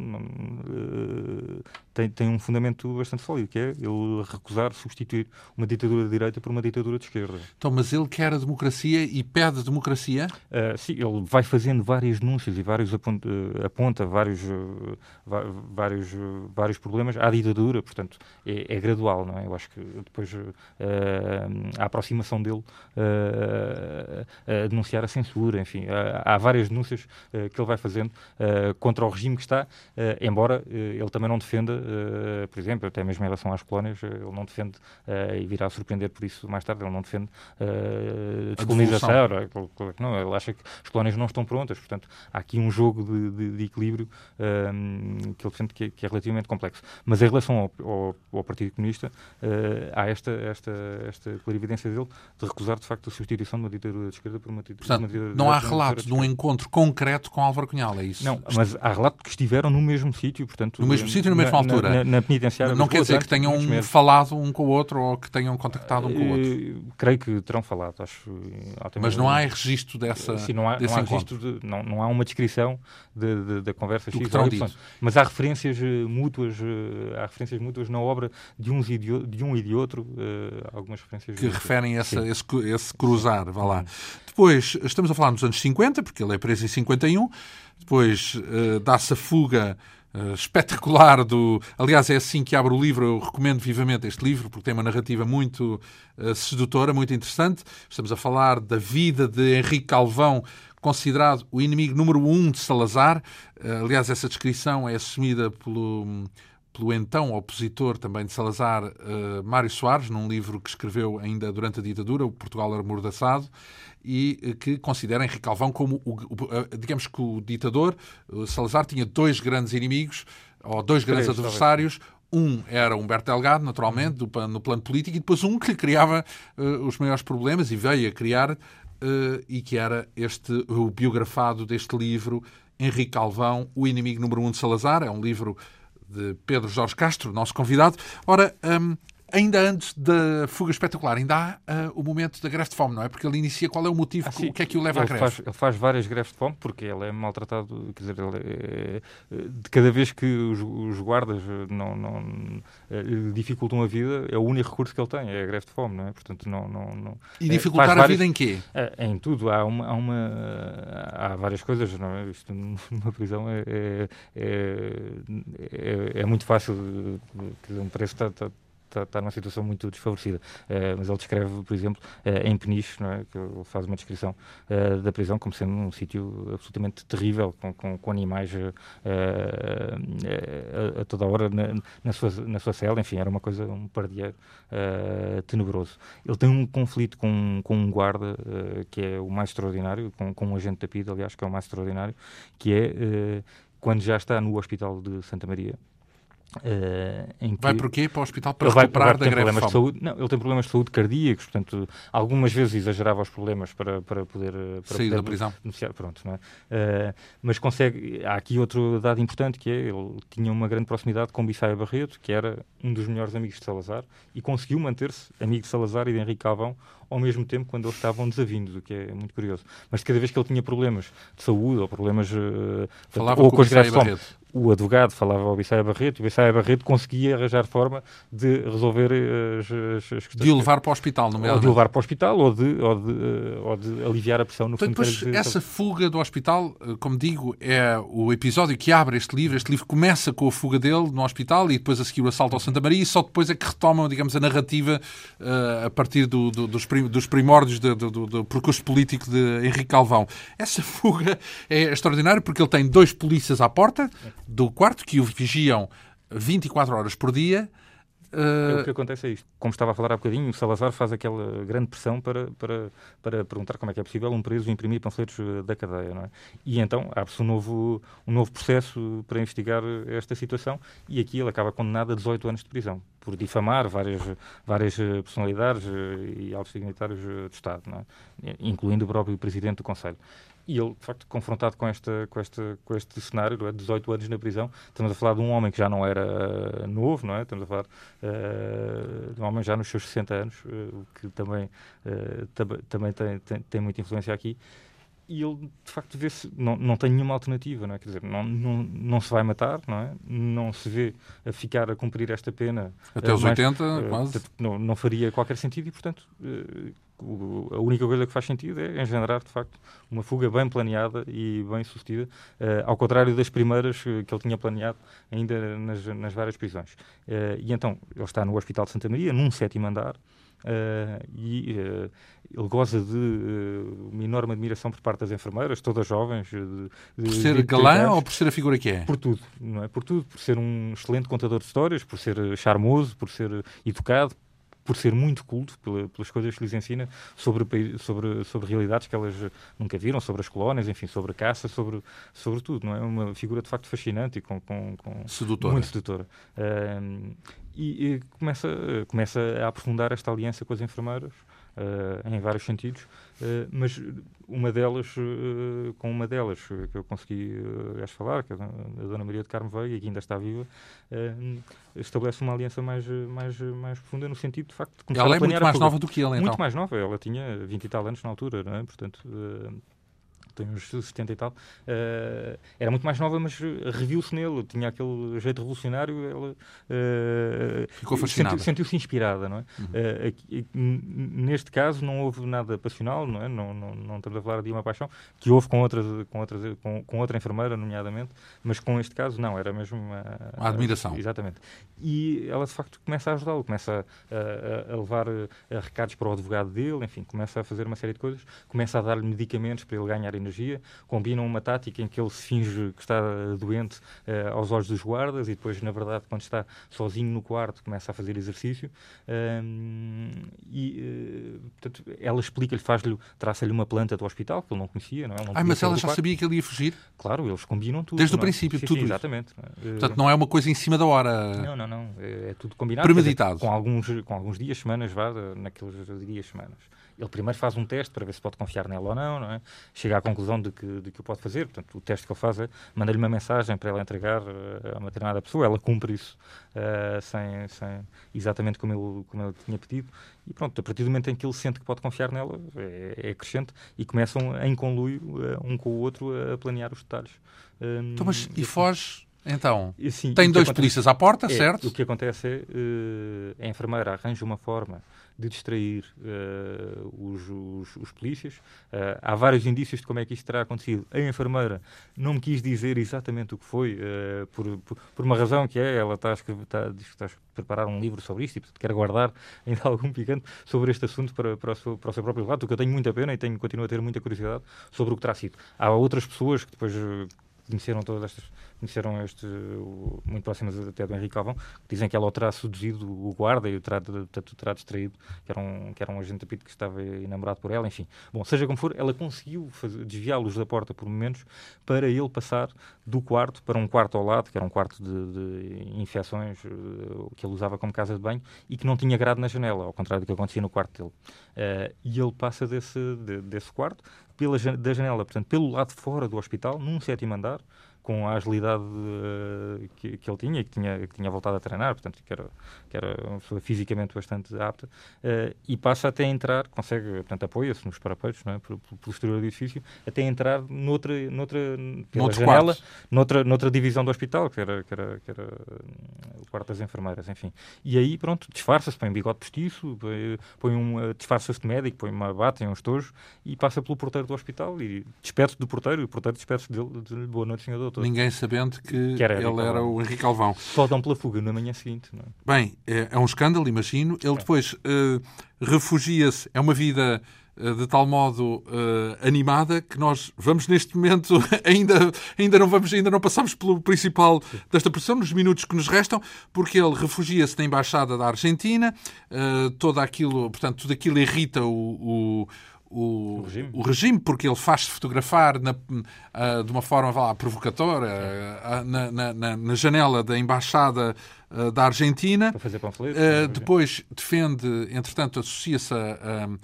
uh, tem, tem um fundamento bastante sólido, que é ele recusar substituir uma ditadura de direita por uma ditadura de esquerda. Então, mas ele quer a democracia e pede democracia? Uh, sim, ele vai fazendo várias denúncias e vários aponta, uh, aponta vários, uh, vários, uh, vários problemas à ditadura, portanto, é, é gradual, não é? Eu acho que depois uh, a aproximação dele uh, a denunciar a censura, enfim, há, há várias denúncias uh, que ele vai fazendo uh, contra o regime que está, uh, embora uh, ele também não defenda, uh, por exemplo, até mesmo em relação às colónias, uh, ele não defende, uh, e virá a surpreender por isso mais tarde, ele não defende uh, descolonização, não, ele acha que as colónias não estão prontas, portanto, há aqui um jogo de, de, de equilíbrio uh, que ele defende que é, que é relativamente complexo. Mas em relação ao, ao, ao Partido Comunista, uh, há esta, esta, esta clarividência dele de recusar, de facto, a substituição de uma ditadura de esquerda por uma ditadura, portanto, uma ditadura não há de relato de um encontro concreto com Álvaro Cunhal, é isso? Não, mas há relato de que estiveram no mesmo sítio, portanto... No mesmo sítio e na mesma altura? Na, na, na penitenciária. Não quer dizer que tenham falado um com o outro ou que tenham contactado um com o outro? Uh, creio que terão falado, acho. Mas não há registro dessa, sim, não há, desse não há encontro? De, não, não há uma descrição de, de, da conversa X, Y, mas há referências uh, mútuas, uh, há referências mútuas na obra de, uns e de, de um e de outro, uh, algumas referências... Que referem essa, esse, esse cruzar, vá lá. Depois, estamos a falar nos anos cinquenta, porque ele é preso em cinquenta e um, depois uh, dá-se a fuga uh, espetacular do... Aliás, é assim que abre o livro, eu recomendo vivamente este livro, porque tem uma narrativa muito uh, sedutora, muito interessante. Estamos a falar da vida de Henrique Calvão, considerado o inimigo número um de Salazar. Uh, aliás, essa descrição é assumida pelo... pelo então opositor também de Salazar, uh, Mário Soares, num livro que escreveu ainda durante a ditadura, o Portugal Amordaçado, e uh, que considera Henrique Calvão como, o, o, uh, digamos que o ditador, uh, Salazar tinha dois grandes inimigos, ou dois grandes Três, adversários. Talvez. Um era Humberto Delgado, naturalmente, do, no plano político, e depois um que lhe criava uh, os maiores problemas, e veio a criar, uh, e que era este, o biografado deste livro, Henrique Calvão, o inimigo número um de Salazar. É um livro de Pedro Jorge Castro, nosso convidado. Ora, um, Ainda antes da fuga espetacular, ainda há uh, o momento da greve de fome, não é? Porque ele inicia qual é o motivo, ah, o que é que o leva ele à greve? Faz, ele faz várias greves de fome porque ele é maltratado, quer dizer, ele é, de cada vez que os, os guardas não, não dificultam a vida, é o único recurso que ele tem, é a greve de fome, não é? Portanto, não, não, não, e dificultar a várias, vida em quê? Em tudo. Há, uma, há, uma, há várias coisas, não é? Isto numa prisão é, é, é, é muito fácil, quer dizer, um preço está... está Está, está numa situação muito desfavorecida. Uh, mas ele descreve, por exemplo, uh, em Peniche, não é? Que ele faz uma descrição uh, da prisão como sendo um sítio absolutamente terrível, com, com, com animais uh, uh, a, a toda hora na, na, sua, na sua cela. Enfim, era uma coisa, um pardieiro uh, tenebroso. Ele tem um conflito com, com um guarda uh, que é o mais extraordinário, com, com um agente da P I D, aliás, que é o mais extraordinário, que é uh, quando já está no Hospital de Santa Maria. Uh, em que vai para o quê? Para o hospital para ele recuperar vai, da greve de fome? De saúde, não, ele tem problemas de saúde cardíacos, portanto, algumas vezes exagerava os problemas para, para poder para sair poder da prisão. Denunciar, pronto, não é? Uh, mas consegue. Há aqui outro dado importante que é ele tinha uma grande proximidade com Bissaia Barreto, que era um dos melhores amigos de Salazar, e conseguiu manter-se amigo de Salazar e de Henrique Calvão ao mesmo tempo quando eles estavam desavindos, o que é muito curioso. Mas de cada vez que ele tinha problemas de saúde ou problemas uh, falava ou com, com o Bissaia Barreto. O advogado falava ao Bissaia Barreto e o Bissaia Barreto conseguia arranjar forma de resolver as, as, as questões. De o levar para o hospital, não é? Ou de o levar para o hospital ou de, ou de, uh, ou de aliviar a pressão no então, fundo. Depois, de... essa fuga do hospital, como digo, é o episódio que abre este livro. Este livro começa com a fuga dele no hospital e depois a seguir o assalto ao Santa Maria e só depois é que retomam, digamos, a narrativa uh, a partir do, do, dos, prim, dos primórdios do, do, do percurso político de Henrique Calvão. Essa fuga é extraordinária porque ele tem dois polícias à porta do quarto que o vigiam vinte e quatro horas por dia. Uh... O que acontece é isto. Como estava a falar há bocadinho, o Salazar faz aquela grande pressão para, para, para perguntar como é que é possível um preso imprimir panfletos da cadeia, não é? E então abre-se um novo, um novo processo para investigar esta situação e aqui ele acaba condenado a dezoito anos de prisão por difamar várias, várias personalidades e altos dignitários do Estado, não é? Incluindo o próprio Presidente do Conselho. E ele, de facto, confrontado com, esta, com, esta, com este cenário, não é? dezoito anos na prisão, estamos a falar de um homem que já não era uh, novo, não é? Estamos a falar uh, de um homem já nos seus sessenta anos, uh, que também, uh, tab também tem, tem, tem muita influência aqui. E ele, de facto, vê-se, não, não tem nenhuma alternativa, não é? Quer dizer, não, não, não se vai matar, não é? Não se vê a ficar a cumprir esta pena. Até os oitenta, uh, quase. Portanto, não, não faria qualquer sentido e, portanto... Uh, a única coisa que faz sentido é engendrar, de facto, uma fuga bem planeada e bem sucedida, uh, ao contrário das primeiras que ele tinha planeado ainda nas, nas várias prisões. Uh, e então, ele está no Hospital de Santa Maria, num sétimo andar, uh, e uh, ele goza de uh, uma enorme admiração por parte das enfermeiras, todas jovens. De, de, por ser de galã anos, ou por ser a figura que é? Por tudo, não é? Por tudo, por ser um excelente contador de histórias, por ser charmoso, por ser educado, por ser muito culto pela, pelas coisas que lhes ensina sobre, sobre, sobre realidades que elas nunca viram, sobre as colónias, enfim, sobre a caça, sobre, sobre tudo, não é? Uma figura de facto fascinante e com, com, com sedutora. muito sedutora. Um, e, e começa, começa a aprofundar esta aliança com as enfermeiras, Uh, em vários sentidos, uh, mas uma delas, uh, com uma delas uh, que eu consegui uh, falar, que é a Dona Maria de Carmo Veiga, que ainda está viva, uh, estabelece uma aliança mais, mais, mais profunda no sentido, de facto, de começar ela a planear. Ela é muito mais a nova do que ele, então. Muito mais nova, ela tinha vinte e tal anos na altura, não é? Portanto... Uh, tem uns setenta e tal, uh, era muito mais nova, mas reviu-se nele, tinha aquele jeito revolucionário, ela uh, ficou fascinada. Sentiu, sentiu-se inspirada, não é? Uhum. Uh, aqui, neste caso não houve nada passional, não é? Não, não, não estamos a falar de uma paixão, que houve com, outras, com, outras, com, com outra enfermeira, nomeadamente, mas com este caso não, era mesmo uma, uma admiração. Exatamente. E ela, de facto, começa a ajudá-lo, começa a, a, a levar a recados para o advogado dele, enfim, começa a fazer uma série de coisas, começa a dar-lhe medicamentos para ele ganhar energia, combinam uma tática em que ele se finge que está doente uh, aos olhos dos guardas e depois, na verdade, quando está sozinho no quarto, começa a fazer exercício. Um, e, uh, portanto, ela explica-lhe, faz-lhe, traça-lhe uma planta do hospital, que ele não conhecia, não é? Ele não ah, mas ela já quarto. sabia que ele ia fugir? Claro, eles combinam tudo. Desde o não é? princípio, sim, tudo sim, isso. Exatamente. Portanto, não é uma coisa em cima da hora. Não, não, não. É, é tudo combinado. Premeditado. Dizer, com, alguns, com alguns dias, semanas, vá, naqueles dias, semanas. Ele primeiro faz um teste para ver se pode confiar nela ou não, não é? Chega à conclusão de que, de que o pode fazer. Portanto, o teste que ele faz é, manda-lhe uma mensagem para ela entregar a uma determinada pessoa, ela cumpre isso uh, sem, sem, exatamente como ele, como ele tinha pedido, e pronto, a partir do momento em que ele sente que pode confiar nela, é, é crescente, e começam em conluio, uh, um com o outro, a planear os detalhes. Um, então, mas, e foge... Então, assim, tem dois acontece, polícias à porta, é, certo? O que acontece é uh, a enfermeira arranja uma forma de distrair uh, os, os, os polícias. Uh, há vários indícios de como é que isto terá acontecido. A enfermeira não me quis dizer exatamente o que foi, uh, por, por, por uma razão que é, ela está a, escrever, está, diz que está a preparar um livro sobre isto e, portanto, quer guardar ainda algum picante sobre este assunto para, para, o seu, para o seu próprio relato, o que eu tenho muita pena e tenho, continuo a ter muita curiosidade sobre o que terá sido. Há outras pessoas que depois... Uh, conheceram todas estas, conheceram este, o, muito próximas até do Henrique Calvão, que dizem que ela o terá seduzido o guarda e o terá, o terá distraído, que era um, que era um agente apito que estava enamorado por ela, enfim. Bom, seja como for, ela conseguiu desviá-los da porta por momentos para ele passar do quarto para um quarto ao lado, que era um quarto de, de infecções que ele usava como casa de banho e que não tinha grade na janela, ao contrário do que acontecia no quarto dele. Uh, e ele passa desse, de, desse quarto pela, da janela, portanto, pelo lado de fora do hospital, num sétimo andar, com a agilidade uh, que, que ele tinha e que tinha, que tinha voltado a treinar, portanto, que era, que era uma pessoa fisicamente bastante apta, uh, e passa até entrar, consegue, portanto, apoia-se nos parapeiros, não é, pelo, pelo exterior do edifício, até entrar noutra, noutra pela Noutro janela, quarto. noutra, noutra divisão do hospital, que era, que era, que era o quarto das enfermeiras, enfim. E aí, pronto, disfarça-se, põe um bigode postiço, põe, põe um, uh, disfarça-se de médico, põe uma bata e um estojo, e passa pelo porteiro do hospital, e despede-se do porteiro, e o porteiro despede-se dele, de boa noite, senhor doutor. Ninguém sabendo que, que era ele era o Henrique Calvão. Só dão pela fuga na manhã seguinte. Não é? Bem, é, é um escândalo, imagino. Ele é. depois uh, refugia-se. É uma vida uh, de tal modo uh, animada que nós vamos neste momento ainda, ainda, não, vamos, ainda não passamos pelo principal Sim. desta pressão, nos minutos que nos restam, porque ele refugia-se na Embaixada da Argentina. Uh, todo aquilo, portanto, tudo aquilo irrita o... o O, o, regime. o regime, porque ele faz-se fotografar na, uh, de uma forma vá lá, provocatória uh, na, na, na janela da Embaixada uh, da Argentina. Para fazer panfletos. Uh, depois defende, entretanto, associa-se a uh,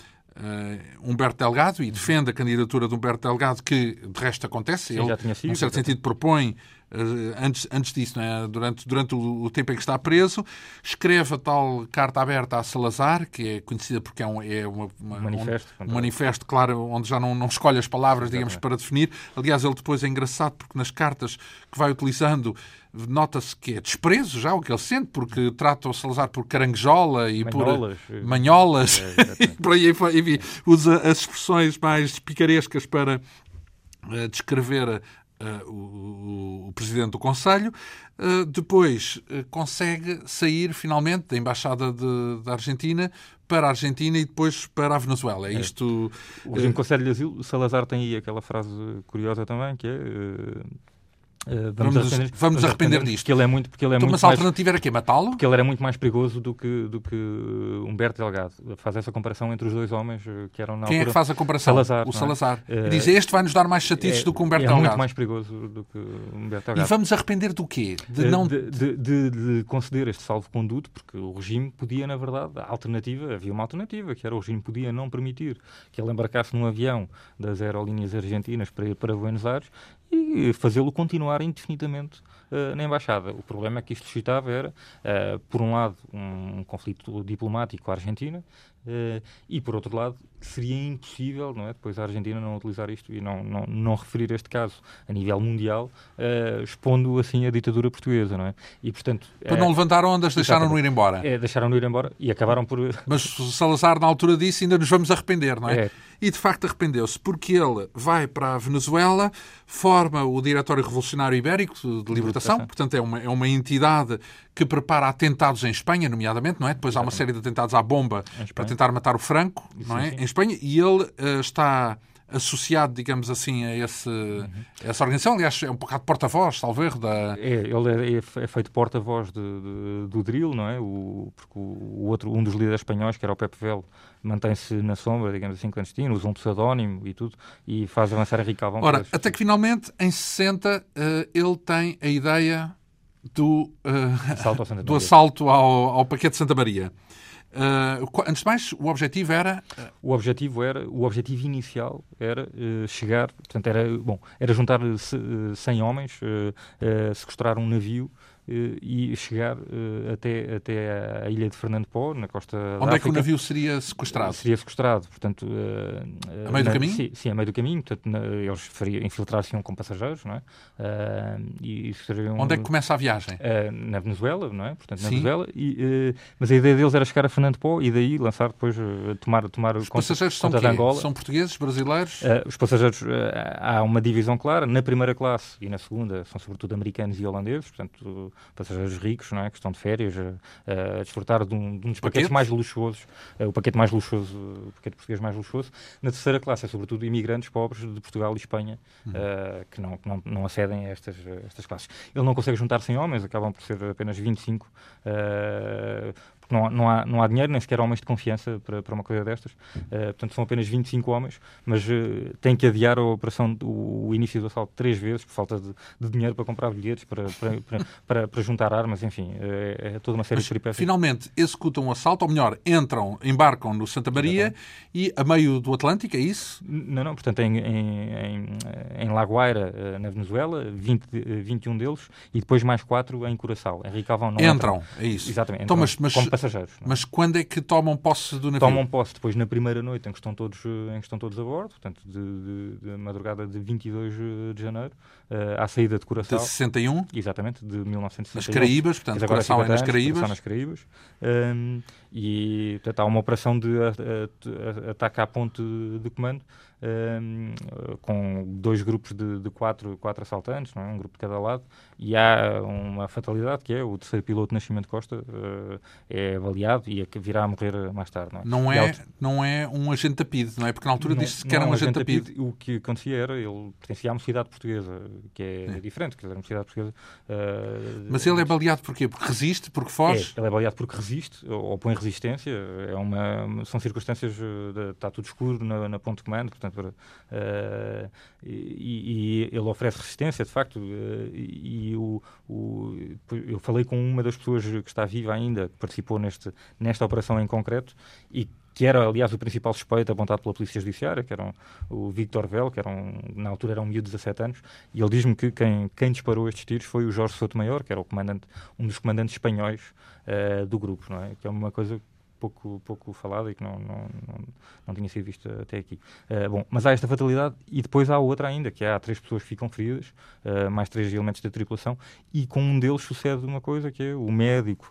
uh, Humberto Delgado e defende a candidatura de Humberto Delgado, que de resto acontece. Sim, ele, já tinha sido, num certo sentido, propõe. Uh, antes, antes disso, não é? durante, durante o, o tempo em que está preso, escreve a tal carta aberta a Salazar, que é conhecida porque é um, é uma, uma, um manifesto, um, um manifesto, claro, onde já não, não escolhe as palavras, digamos, Exatamente. para definir. Aliás, ele depois é engraçado porque nas cartas que vai utilizando nota-se que é desprezo já o que ele sente, porque trata o Salazar por caranguejola e manholas, por manholas, é, e por aí, enfim, usa as expressões mais picarescas para uh, descrever Uh, o, o presidente do Conselho, uh, depois uh, consegue sair finalmente da Embaixada de, da Argentina para a Argentina e depois para a Venezuela. É isto. O regime uh, Conselho de Asilo, Salazar tem aí aquela frase curiosa também, que é... Uh... Uh, vamos, vamos, arrepender, vamos, vamos arrepender disto. Porque ele é muito, porque ele é então, muito mas a mais, alternativa era quê? Matá-lo? Porque ele era muito mais perigoso do que, do que Humberto Delgado. Faz essa comparação entre os dois homens que eram na Quem altura... é que faz a comparação? Salazar, o Salazar. É? Diz, este vai nos dar mais chatices é, do que Humberto é Delgado. É muito mais perigoso do que Humberto Delgado. E vamos arrepender do quê? De, não... de, de, de, de conceder este salvo-conduto, porque o regime podia, na verdade, a alternativa, havia uma alternativa, que era o regime podia não permitir que ele embarcasse num avião das aerolíneas argentinas para ir para Buenos Aires e fazê-lo continuar indefinidamente uh, na Embaixada. O problema é que isto suscitava era, uh, por um lado, um, um conflito diplomático com a Argentina, uh, e, por outro lado, seria impossível, não é, depois a Argentina não utilizar isto e não, não, não referir este caso a nível mundial, uh, expondo assim a ditadura portuguesa, não é? E, portanto... Para é, não levantar ondas, deixaram-no ir embora. É, deixaram-no ir embora e acabaram por... Mas Salazar, na altura disso, ainda nos vamos arrepender, não é? é. E, de facto, arrependeu-se, porque ele vai para a Venezuela, forma o Diretório Revolucionário Ibérico de Libertação, portanto, é uma, é uma entidade que prepara atentados em Espanha, nomeadamente, não é? Depois há uma série de atentados à bomba para tentar matar o Franco, não é? Sim, sim. Em Espanha, e ele uh, está associado, digamos assim, a, esse, uhum. a essa organização. Aliás, é um bocado porta-voz, salvo erro, da... É, ele é, é feito porta-voz de, de, do D R I L, não é? O, porque o outro, um dos líderes espanhóis, que era o Pepe Velho, mantém-se na sombra, digamos assim, clandestino, usa um pseudónimo e tudo, e faz avançar Henrique Calvão. Ora, até que finalmente, em sessenta, uh, ele tem a ideia do, uh, assalto, do assalto ao, ao Paquete de Santa Maria. Uh, antes de mais, o objetivo era... O objetivo era, o objetivo inicial era uh, chegar, portanto, era, bom, era juntar cem homens, uh, uh, sequestrar um navio uh, e chegar uh, até, até a ilha de Fernando Pó, na costa da Onde África. É que o navio seria sequestrado? Seria sequestrado, portanto... Uh, a meio na, do caminho? Sim, sim, a meio do caminho, portanto, na, eles infiltrar-se-iam com passageiros, não é? Uh, e seriam, Onde é que começa a viagem? Uh, na Venezuela, não é? Portanto, na sim. Venezuela, e, uh, mas a ideia deles era chegar a Fernando Pó e daí lançar depois, uh, tomar, tomar os conta, passageiros conta são de Angola. São portugueses, brasileiros? Uh, os passageiros, uh, há uma divisão clara, na primeira classe e na segunda são sobretudo americanos e holandeses, portanto, uh, passageiros ricos, não é? Que estão de férias, uh, a desfrutar de um, de um dos paquetes mais luxuosos, uh, o paquete mais luxuoso, o paquete português mais luxuoso. Na terceira classe é sobretudo imigrantes pobres de Portugal e Espanha, uhum. uh, que, não, que não, não acedem a estas, a estas classes. Ele não consegue juntar cem homens, acabam por ser apenas vinte e cinco, uh, porque não, não, há, não há dinheiro, nem sequer homens de confiança para, para uma coisa destas. Uh, portanto, são apenas vinte e cinco homens, mas uh, tem que adiar a operação, o, o início do assalto três vezes, por falta de, de dinheiro para comprar bilhetes, para, para, para, para, para juntar armas, enfim, é, é toda uma série mas, de peripécias. Finalmente, executam o assalto, ou melhor, entram, embarcam no Santa Maria e a meio do Atlântico, é isso? Não, não, portanto, em, em, em, em La Guaira, na Venezuela, vinte, vinte e um deles, e depois mais quatro em Curaçao. Em Ricavão não entram. Entram, é isso. Exatamente, então, entram mas, mas, como passageiros. Não? Mas quando é que tomam posse do navio? Tomam posse depois na primeira noite em que estão todos, em que estão todos a bordo, portanto, de, de, de madrugada de vinte e dois de janeiro, uh, à saída de Curaçao. De sessenta e um? Exatamente, de mil novecentos e sessenta e um. Nas Caraíbas, portanto, Curaçao é nas Caraíbas. Nas Caraíbas. Um, e, portanto, há uma operação de a, a, a, ataque à ponte de, de comando, um, com dois grupos de, de quatro, quatro assaltantes, não é? Um grupo de cada lado, e há uma fatalidade, que é o terceiro piloto Nascimento Costa, uh, é avaliado e é que virá a morrer mais tarde. Não é, não é, auto... não é um agente da P I D, não é? Porque na altura disse-se que era um agente da P I D. O que acontecia era, ele pertencia à mocidade portuguesa, que é, é. diferente, quer dizer, a mocidade portuguesa... Uh, Mas ele é baleado porquê? Porque resiste? Porque foge? É, ele é baleado porque resiste, ou, ou põe resistência, é uma, são circunstâncias, de, está tudo escuro na, na ponte de comando, portanto, para, uh, e, e ele oferece resistência, de facto, uh, e o, o, eu falei com uma das pessoas que está viva ainda, que participou neste, nesta operação em concreto, e que era, aliás, o principal suspeito apontado pela Polícia Judiciária, que era um, o Víctor Vel, que era um, na altura era um miúdo de dezassete anos, e ele diz-me que quem, quem disparou estes tiros foi o Jorge Sotomayor, que era o comandante, um dos comandantes espanhóis uh, do grupo, não é? Que é uma coisa pouco, pouco falada e que não, não, não, não tinha sido vista até aqui. Uh, bom, mas há esta fatalidade e depois há outra ainda, que há três pessoas que ficam feridas, uh, mais três elementos da tripulação, e com um deles sucede uma coisa, que é o médico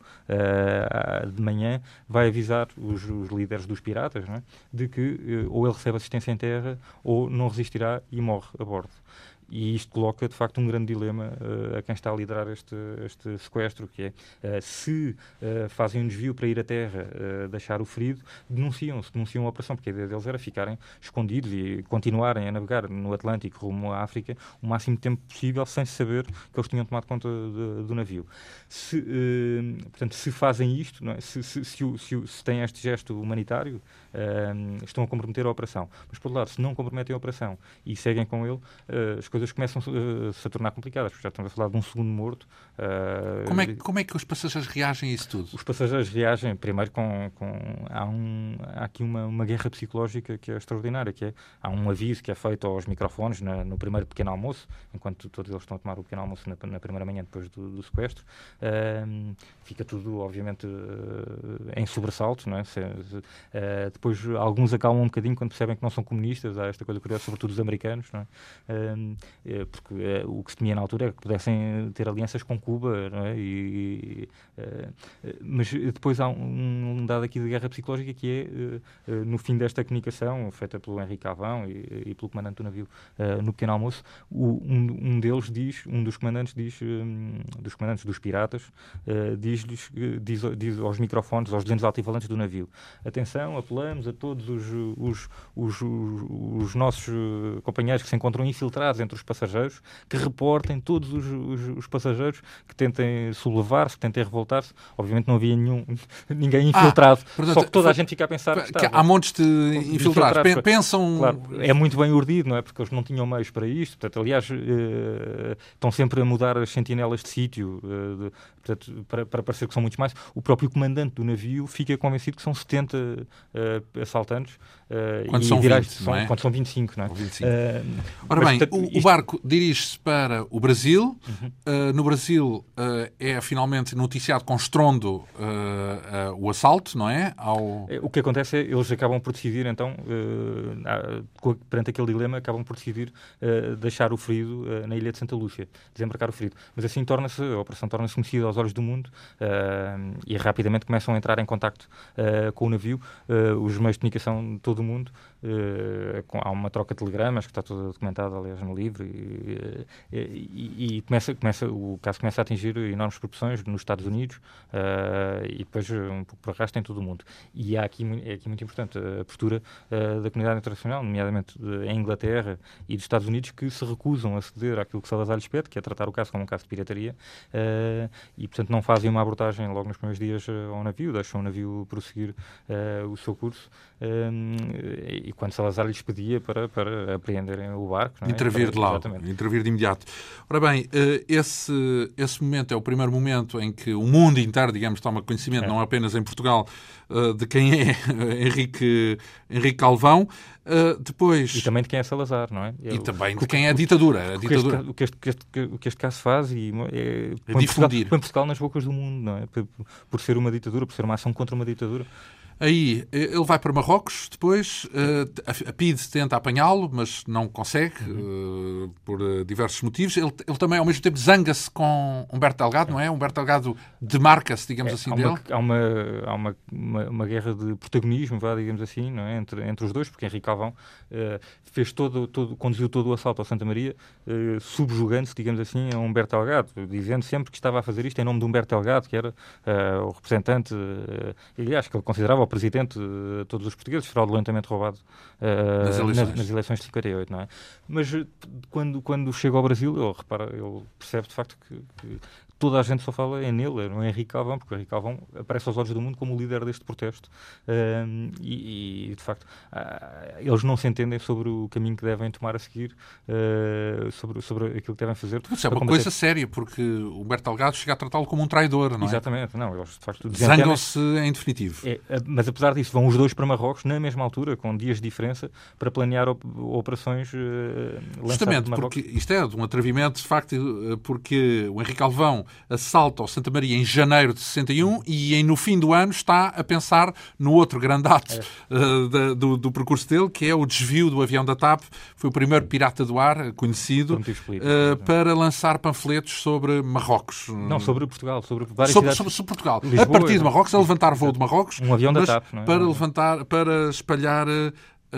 uh, de manhã vai avisar os, os líderes dos piratas, não é? De que uh, ou ele recebe assistência em terra ou não resistirá e morre a bordo. E isto coloca, de facto, um grande dilema uh, a quem está a liderar este, este sequestro, que é, uh, se uh, fazem um desvio para ir à terra, uh, deixar o ferido, denunciam-se, denunciam a operação, porque a ideia deles era ficarem escondidos e continuarem a navegar no Atlântico rumo à África o máximo de tempo possível, sem saber que eles tinham tomado conta de, do navio. Se, uh, portanto, se fazem isto, não é? se, se, se, se, se, se têm este gesto humanitário, uh, estão a comprometer a operação. Mas, por outro lado, se não comprometem a operação e seguem com ele, uh, as coisas começam uh, -se a tornar complicadas, porque já estamos a falar de um segundo morto. Uh, como, é, como é que os passageiros reagem a isso tudo? Os passageiros reagem, primeiro, com... com há, um, há aqui uma, uma guerra psicológica que é extraordinária, que é, há um aviso que é feito aos microfones na, no primeiro pequeno almoço, enquanto todos eles estão a tomar o pequeno almoço na, na primeira manhã depois do, do sequestro. Uh, fica tudo, obviamente, uh, em sobressalto, não é? Se, se, uh, depois, alguns acalmam um bocadinho quando percebem que não são comunistas, há esta coisa curiosa, sobretudo os americanos, não é? Uh, porque uh, o que se temia na altura é que pudessem ter alianças com Cuba, não é? E, uh, mas depois há um, um dado aqui de guerra psicológica que é, uh, uh, no fim desta comunicação, feita pelo Henrique Cavão e, e pelo comandante do navio uh, no pequeno almoço, o, um, um deles diz, um dos comandantes diz, um, dos comandantes dos piratas, uh, diz-lhes, diz, diz aos microfones, aos duzentos altifalantes do navio: atenção, apelamos a todos os, os, os, os, os nossos companheiros que se encontram infiltrados entre outros passageiros que reportem todos os, os, os passageiros que tentem sublevar-se, que tentem revoltar-se. Obviamente não havia nenhum, ninguém infiltrado, ah, portanto, só que toda foi, a gente fica a pensar que, que há montes de infiltrados. infiltrados. Pensam... Claro, é muito bem urdido, não é? Porque eles não tinham meios para isto. Portanto, aliás, uh, estão sempre a mudar as sentinelas de sítio, uh, de, portanto, para, para parecer que são muitos mais. O próprio comandante do navio fica convencido que são setenta uh, assaltantes. Uh, quando, e são vinte, são, não é? Quando são vinte e cinco, não é? vinte e cinco. Uh, Ora bem, portanto, o, isto... o barco dirige-se para o Brasil. Uhum. Uh, no Brasil uh, é finalmente noticiado com estrondo uh, uh, o assalto, não é? Ao... O que acontece é que eles acabam por decidir, então, uh, perante aquele dilema, acabam por decidir uh, deixar o ferido uh, na ilha de Santa Lúcia, desembarcar o ferido. Mas assim torna-se, a operação torna-se conhecida aos olhos do mundo uh, e rapidamente começam a entrar em contacto uh, com o navio. Uh, os meios de comunicação de todo o mundo, uh, com, há uma troca de telegramas que está toda documentada, aliás, no livro, e, e, e, e começa, começa, o caso começa a atingir enormes proporções nos Estados Unidos uh, e depois um pouco por arrasto em todo o mundo. E há aqui, é aqui muito importante a postura uh, da comunidade internacional, nomeadamente uh, em Inglaterra e dos Estados Unidos, que se recusam a ceder àquilo que Salazar lhes pede, que é tratar o caso como um caso de pirataria, uh, e portanto não fazem uma abordagem logo nos primeiros dias uh, ao navio, deixam o navio prosseguir uh, o seu curso, um, e quando Salazar lhes pedia para, para apreenderem o barco. Não é? Intervir de lá, intervir de imediato. Ora bem, esse, esse momento é o primeiro momento em que o mundo inteiro, digamos, toma conhecimento, é. não apenas em Portugal, de quem é Henrique, Henrique Calvão. Uh, depois... E também de quem é Salazar, não é? E também de quem é a ditadura. A ditadura. O, que este, o, que este, o que este caso faz e é, é põe, Portugal, põe Portugal nas bocas do mundo, não é? Por, por ser uma ditadura, por ser uma ação contra uma ditadura. Aí ele vai para Marrocos, depois a P I D E tenta apanhá-lo, mas não consegue, uhum. uh, por uh, diversos motivos. Ele, ele também, ao mesmo tempo, zanga-se com Humberto Delgado, é. não é? Humberto Delgado demarca-se, digamos é, assim, há dele. Uma, há uma, há uma, uma, uma guerra de protagonismo, vá, digamos assim, não é? entre, entre os dois, porque Henrique Calvão uh, fez todo, todo, conduziu todo o assalto ao Santa Maria, uh, subjugando-se, digamos assim, a Humberto Delgado, dizendo sempre que estava a fazer isto em nome de Humberto Delgado, que era uh, o representante, uh, aliás, que ele considerava o presidente de todos os portugueses, fraudulentamente roubado uh, nas, eleições. Nas, nas eleições de cinquenta e oito, não é? Mas quando, quando chega ao Brasil, ele, repara, ele percebe de facto que, que toda a gente só fala é nele, não é Henrique Calvão, porque o Henrique Calvão aparece aos olhos do mundo como o líder deste protesto. Uh, e, e, de facto, uh, eles não se entendem sobre o caminho que devem tomar a seguir, uh, sobre, sobre aquilo que devem fazer. Isso é uma coisa séria, porque o Humberto Delgado chega a tratá-lo como um traidor, não é? Exatamente, não, eles de facto zangam-se em definitivo. É, mas apesar disso, vão os dois para Marrocos na mesma altura, com dias de diferença, para planear op operações uh, lançadas. Justamente, porque isto é de um atrevimento, de facto, porque o Henrique Calvão assalta ao Santa Maria em janeiro de sessenta e um e no fim do ano está a pensar no outro grande ato é. uh, da, do, do percurso dele, que é o desvio do avião da TAP. Foi o primeiro pirata do ar conhecido uh, para lançar panfletos sobre Marrocos. Não, sobre Portugal. Sobre, várias sobre, cidades... sobre, sobre Portugal. Lisboa, a partir de Marrocos, a levantar o voo de Marrocos. Um avião da TAP, não é? Para levantar, para espalhar uh,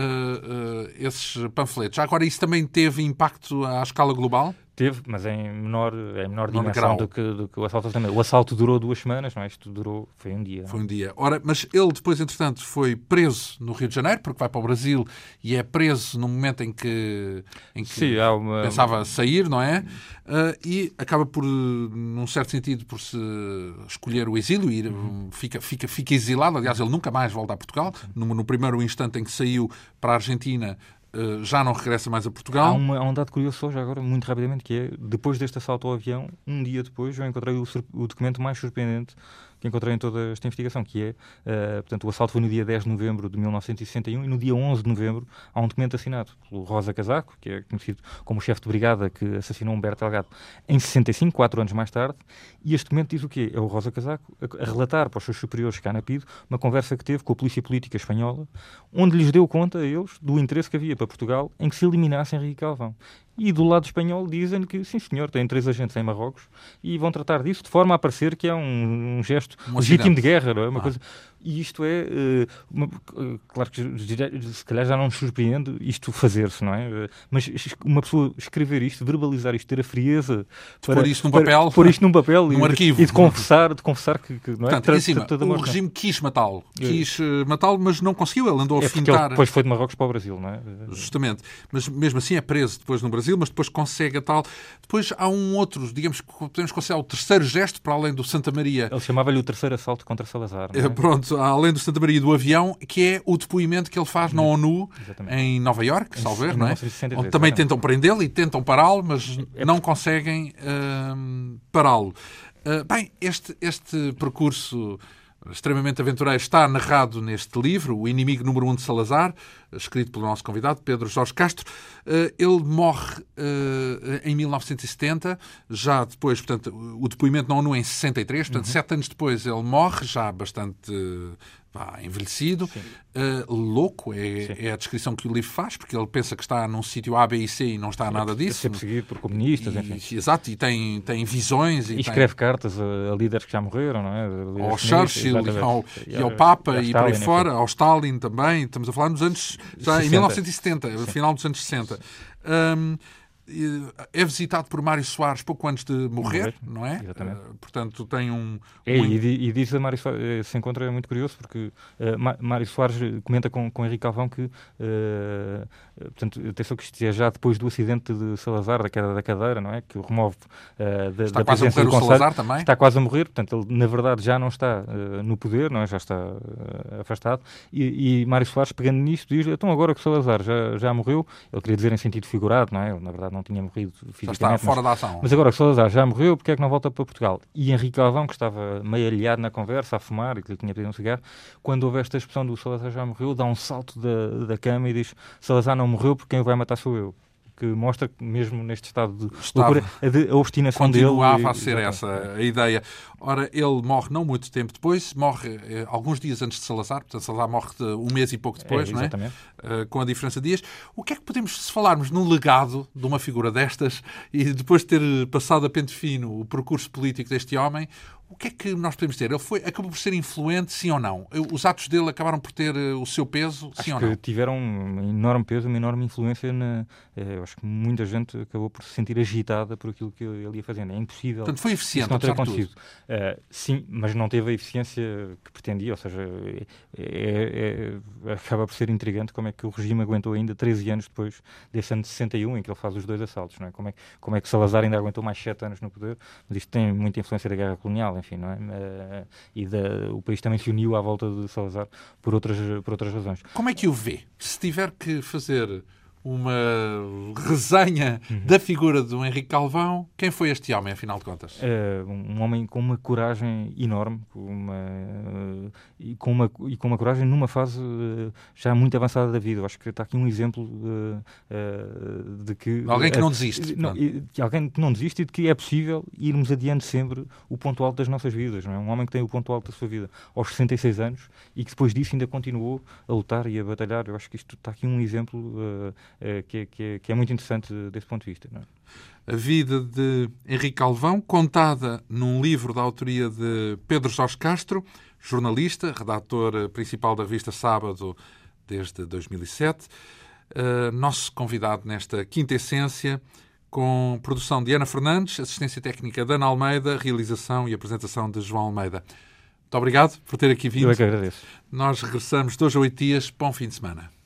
uh, esses panfletos. Agora, isso também teve impacto à escala global? Teve, mas em menor, em menor dimensão do que, do que o assalto também. O assalto durou duas semanas, não é? Isto durou, foi um dia. Foi um dia. Ora, mas ele depois, entretanto, foi preso no Rio de Janeiro, porque vai para o Brasil e é preso no momento em que, em que Sim, há uma... pensava sair, não é? Uh, e acaba por, num certo sentido, por se escolher o exílio, ir, uhum. fica, fica, fica exilado. Aliás, ele nunca mais volta a Portugal. No, no primeiro instante em que saiu para a Argentina, Uh, já não regressa mais a Portugal. Há, uma, há um dado curioso só, já agora, muito rapidamente, que é, depois deste assalto ao avião, um dia depois, eu encontrei o, o documento mais surpreendente que encontrei em toda esta investigação, que é, uh, portanto, o assalto foi no dia dez de novembro de mil novecentos e sessenta e um e no dia onze de novembro há um documento assinado pelo Rosa Casaco, que é conhecido como chefe de brigada que assassinou Humberto Delgado em sessenta e cinco, quatro anos mais tarde, e este documento diz o quê? É o Rosa Casaco a, a relatar para os seus superiores cá na P I D uma conversa que teve com a polícia política espanhola, onde lhes deu conta a eles do interesse que havia para Portugal em que se eliminasse Henrique Calvão. E do lado espanhol dizem que, sim senhor, têm três agentes em Marrocos e vão tratar disso de forma a parecer que é um, um gesto um legítimo de guerra, não é? Uma ah. coisa... E isto é, uh, uma, uh, claro que se calhar já não nos surpreende isto fazer-se, não é? Uh, mas uma pessoa escrever isto, verbalizar isto, ter a frieza de pôr isto num papel, pôr isto num papel num e, arquivo. e de confessar, de confessar que, que não é? Portanto, em cima, o regime quis matá-lo, quis uh, matá-lo, mas não conseguiu, ele andou é a fintar. Ele depois foi de Marrocos para o Brasil, não é? Justamente, mas mesmo assim é preso depois no Brasil, mas depois consegue a tal. Depois há um outro, digamos que podemos considerar o terceiro gesto, para além do Santa Maria. Ele chamava-lhe o terceiro assalto contra Salazar, não é? Pronto, além do Santa Maria do avião, que é o depoimento que ele faz na ONU, exatamente, em Nova Iorque, salvo erro, não é? Onde também exatamente. tentam prendê-lo e tentam pará-lo, mas é não conseguem uh, pará-lo. Uh, bem, este, este percurso extremamente aventureiro está narrado neste livro, O Inimigo Número Um de Salazar, escrito pelo nosso convidado, Pedro Jorge Castro. Ele morre em mil novecentos e setenta, já depois, portanto, o depoimento na ONU em sessenta e três, portanto, uhum. sete anos depois ele morre, já bastante pá, envelhecido, uh, louco, é, é a descrição que o livro faz, porque ele pensa que está num sítio A, B e C e não está nada disso. É perseguido por comunistas, e, enfim. Exato, e tem, tem visões. E, e tem... escreve cartas a, a líderes que já morreram, não é? Ao Churchill e ao, e ao Papa e, e por aí fora, ao Stalin também. Estamos a falar nos anos, já sessenta. Em mil novecentos e setenta, no final dos anos sessenta. Um, é visitado por Mário Soares pouco antes de morrer, não é? Exatamente. Uh, portanto, tem um... É, um... E, e diz a Mário Soares, esse encontro é muito curioso, porque uh, Mário Soares comenta com, com Henrique Calvão que, uh, portanto, atenção que isto é já depois do acidente de Salazar, da queda da cadeira, não é? Que o remove uh, da, está da quase a morrer o Salazar também? Está quase a morrer, portanto, ele na verdade já não está uh, no poder, não é? Já está uh, afastado, e, e Mário Soares, pegando nisto, diz, então agora que o Salazar já, já morreu, ele queria dizer em sentido figurado, não é? Ele, na verdade, não tinha morrido fisicamente. Já está fora mas, da ação. Mas agora que Salazar já morreu, porque é que não volta para Portugal? E Henrique Calvão, que estava meio aliado na conversa, a fumar, e que lhe tinha pedido um cigarro, quando houve esta expressão do Salazar já morreu, dá um salto da, da cama e diz: Salazar não morreu porque quem o vai matar sou eu. Que mostra que mesmo neste estado de loucura, a, de, a obstinação continuava dele... Continuava a ser essa a ideia. Ora, ele morre não muito tempo depois, morre eh, alguns dias antes de Salazar, portanto Salazar morre de um mês e pouco depois, é, não é? Uh, com a diferença de dias. O que é que podemos, se falarmos num legado de uma figura destas e depois de ter passado a pente fino o percurso político deste homem, o que é que nós podemos dizer? Ele foi, acabou por ser influente, sim ou não? Os atos dele acabaram por ter o seu peso, sim acho ou não? Acho que tiveram um enorme peso, uma enorme influência. Na, eu acho que muita gente acabou por se sentir agitada por aquilo que ele ia fazendo. É impossível. Portanto, foi eficiente, não ter acontecido. Uh, sim, mas não teve a eficiência que pretendia. Ou seja, é, é, é, acaba por ser intrigante como é que o regime aguentou ainda treze anos depois desse ano de sessenta e um, em que ele faz os dois assaltos. Não é? Como é, como é que Salazar ainda aguentou mais sete anos no poder? Mas isto tem muita influência da guerra colonial. Enfim, não é? Uh, e da, o país também se uniu à volta de Salazar por outras, por outras razões. Como é que o vê? Se tiver que fazer uma resenha uhum. da figura do Henrique Calvão, quem foi este homem, afinal de contas? Uh, um homem com uma coragem enorme, com uma, uh, e, com uma, e com uma coragem numa fase uh, já muito avançada da vida. Eu acho que está aqui um exemplo uh, uh, de que... Alguém que uh, não desiste. Não, que alguém que não desiste e de que é possível irmos adiante sempre o ponto alto das nossas vidas. Não é? Um homem que tem o ponto alto da sua vida aos sessenta e seis anos e que depois disso ainda continuou a lutar e a batalhar. Eu acho que isto está aqui um exemplo... Uh, Uh, que, é, que, é, que é muito interessante desse ponto de vista. Não é? A vida de Henrique Calvão, contada num livro da autoria de Pedro Jorge Castro, jornalista, redator principal da revista Sábado desde dois mil e sete. Uh, nosso convidado nesta quinta essência, com produção de Ana Fernandes, assistência técnica de Ana Almeida, realização e apresentação de João Almeida. Muito obrigado por ter aqui vindo. Eu é que agradeço. Nós regressamos dois a oito dias. Bom fim de semana.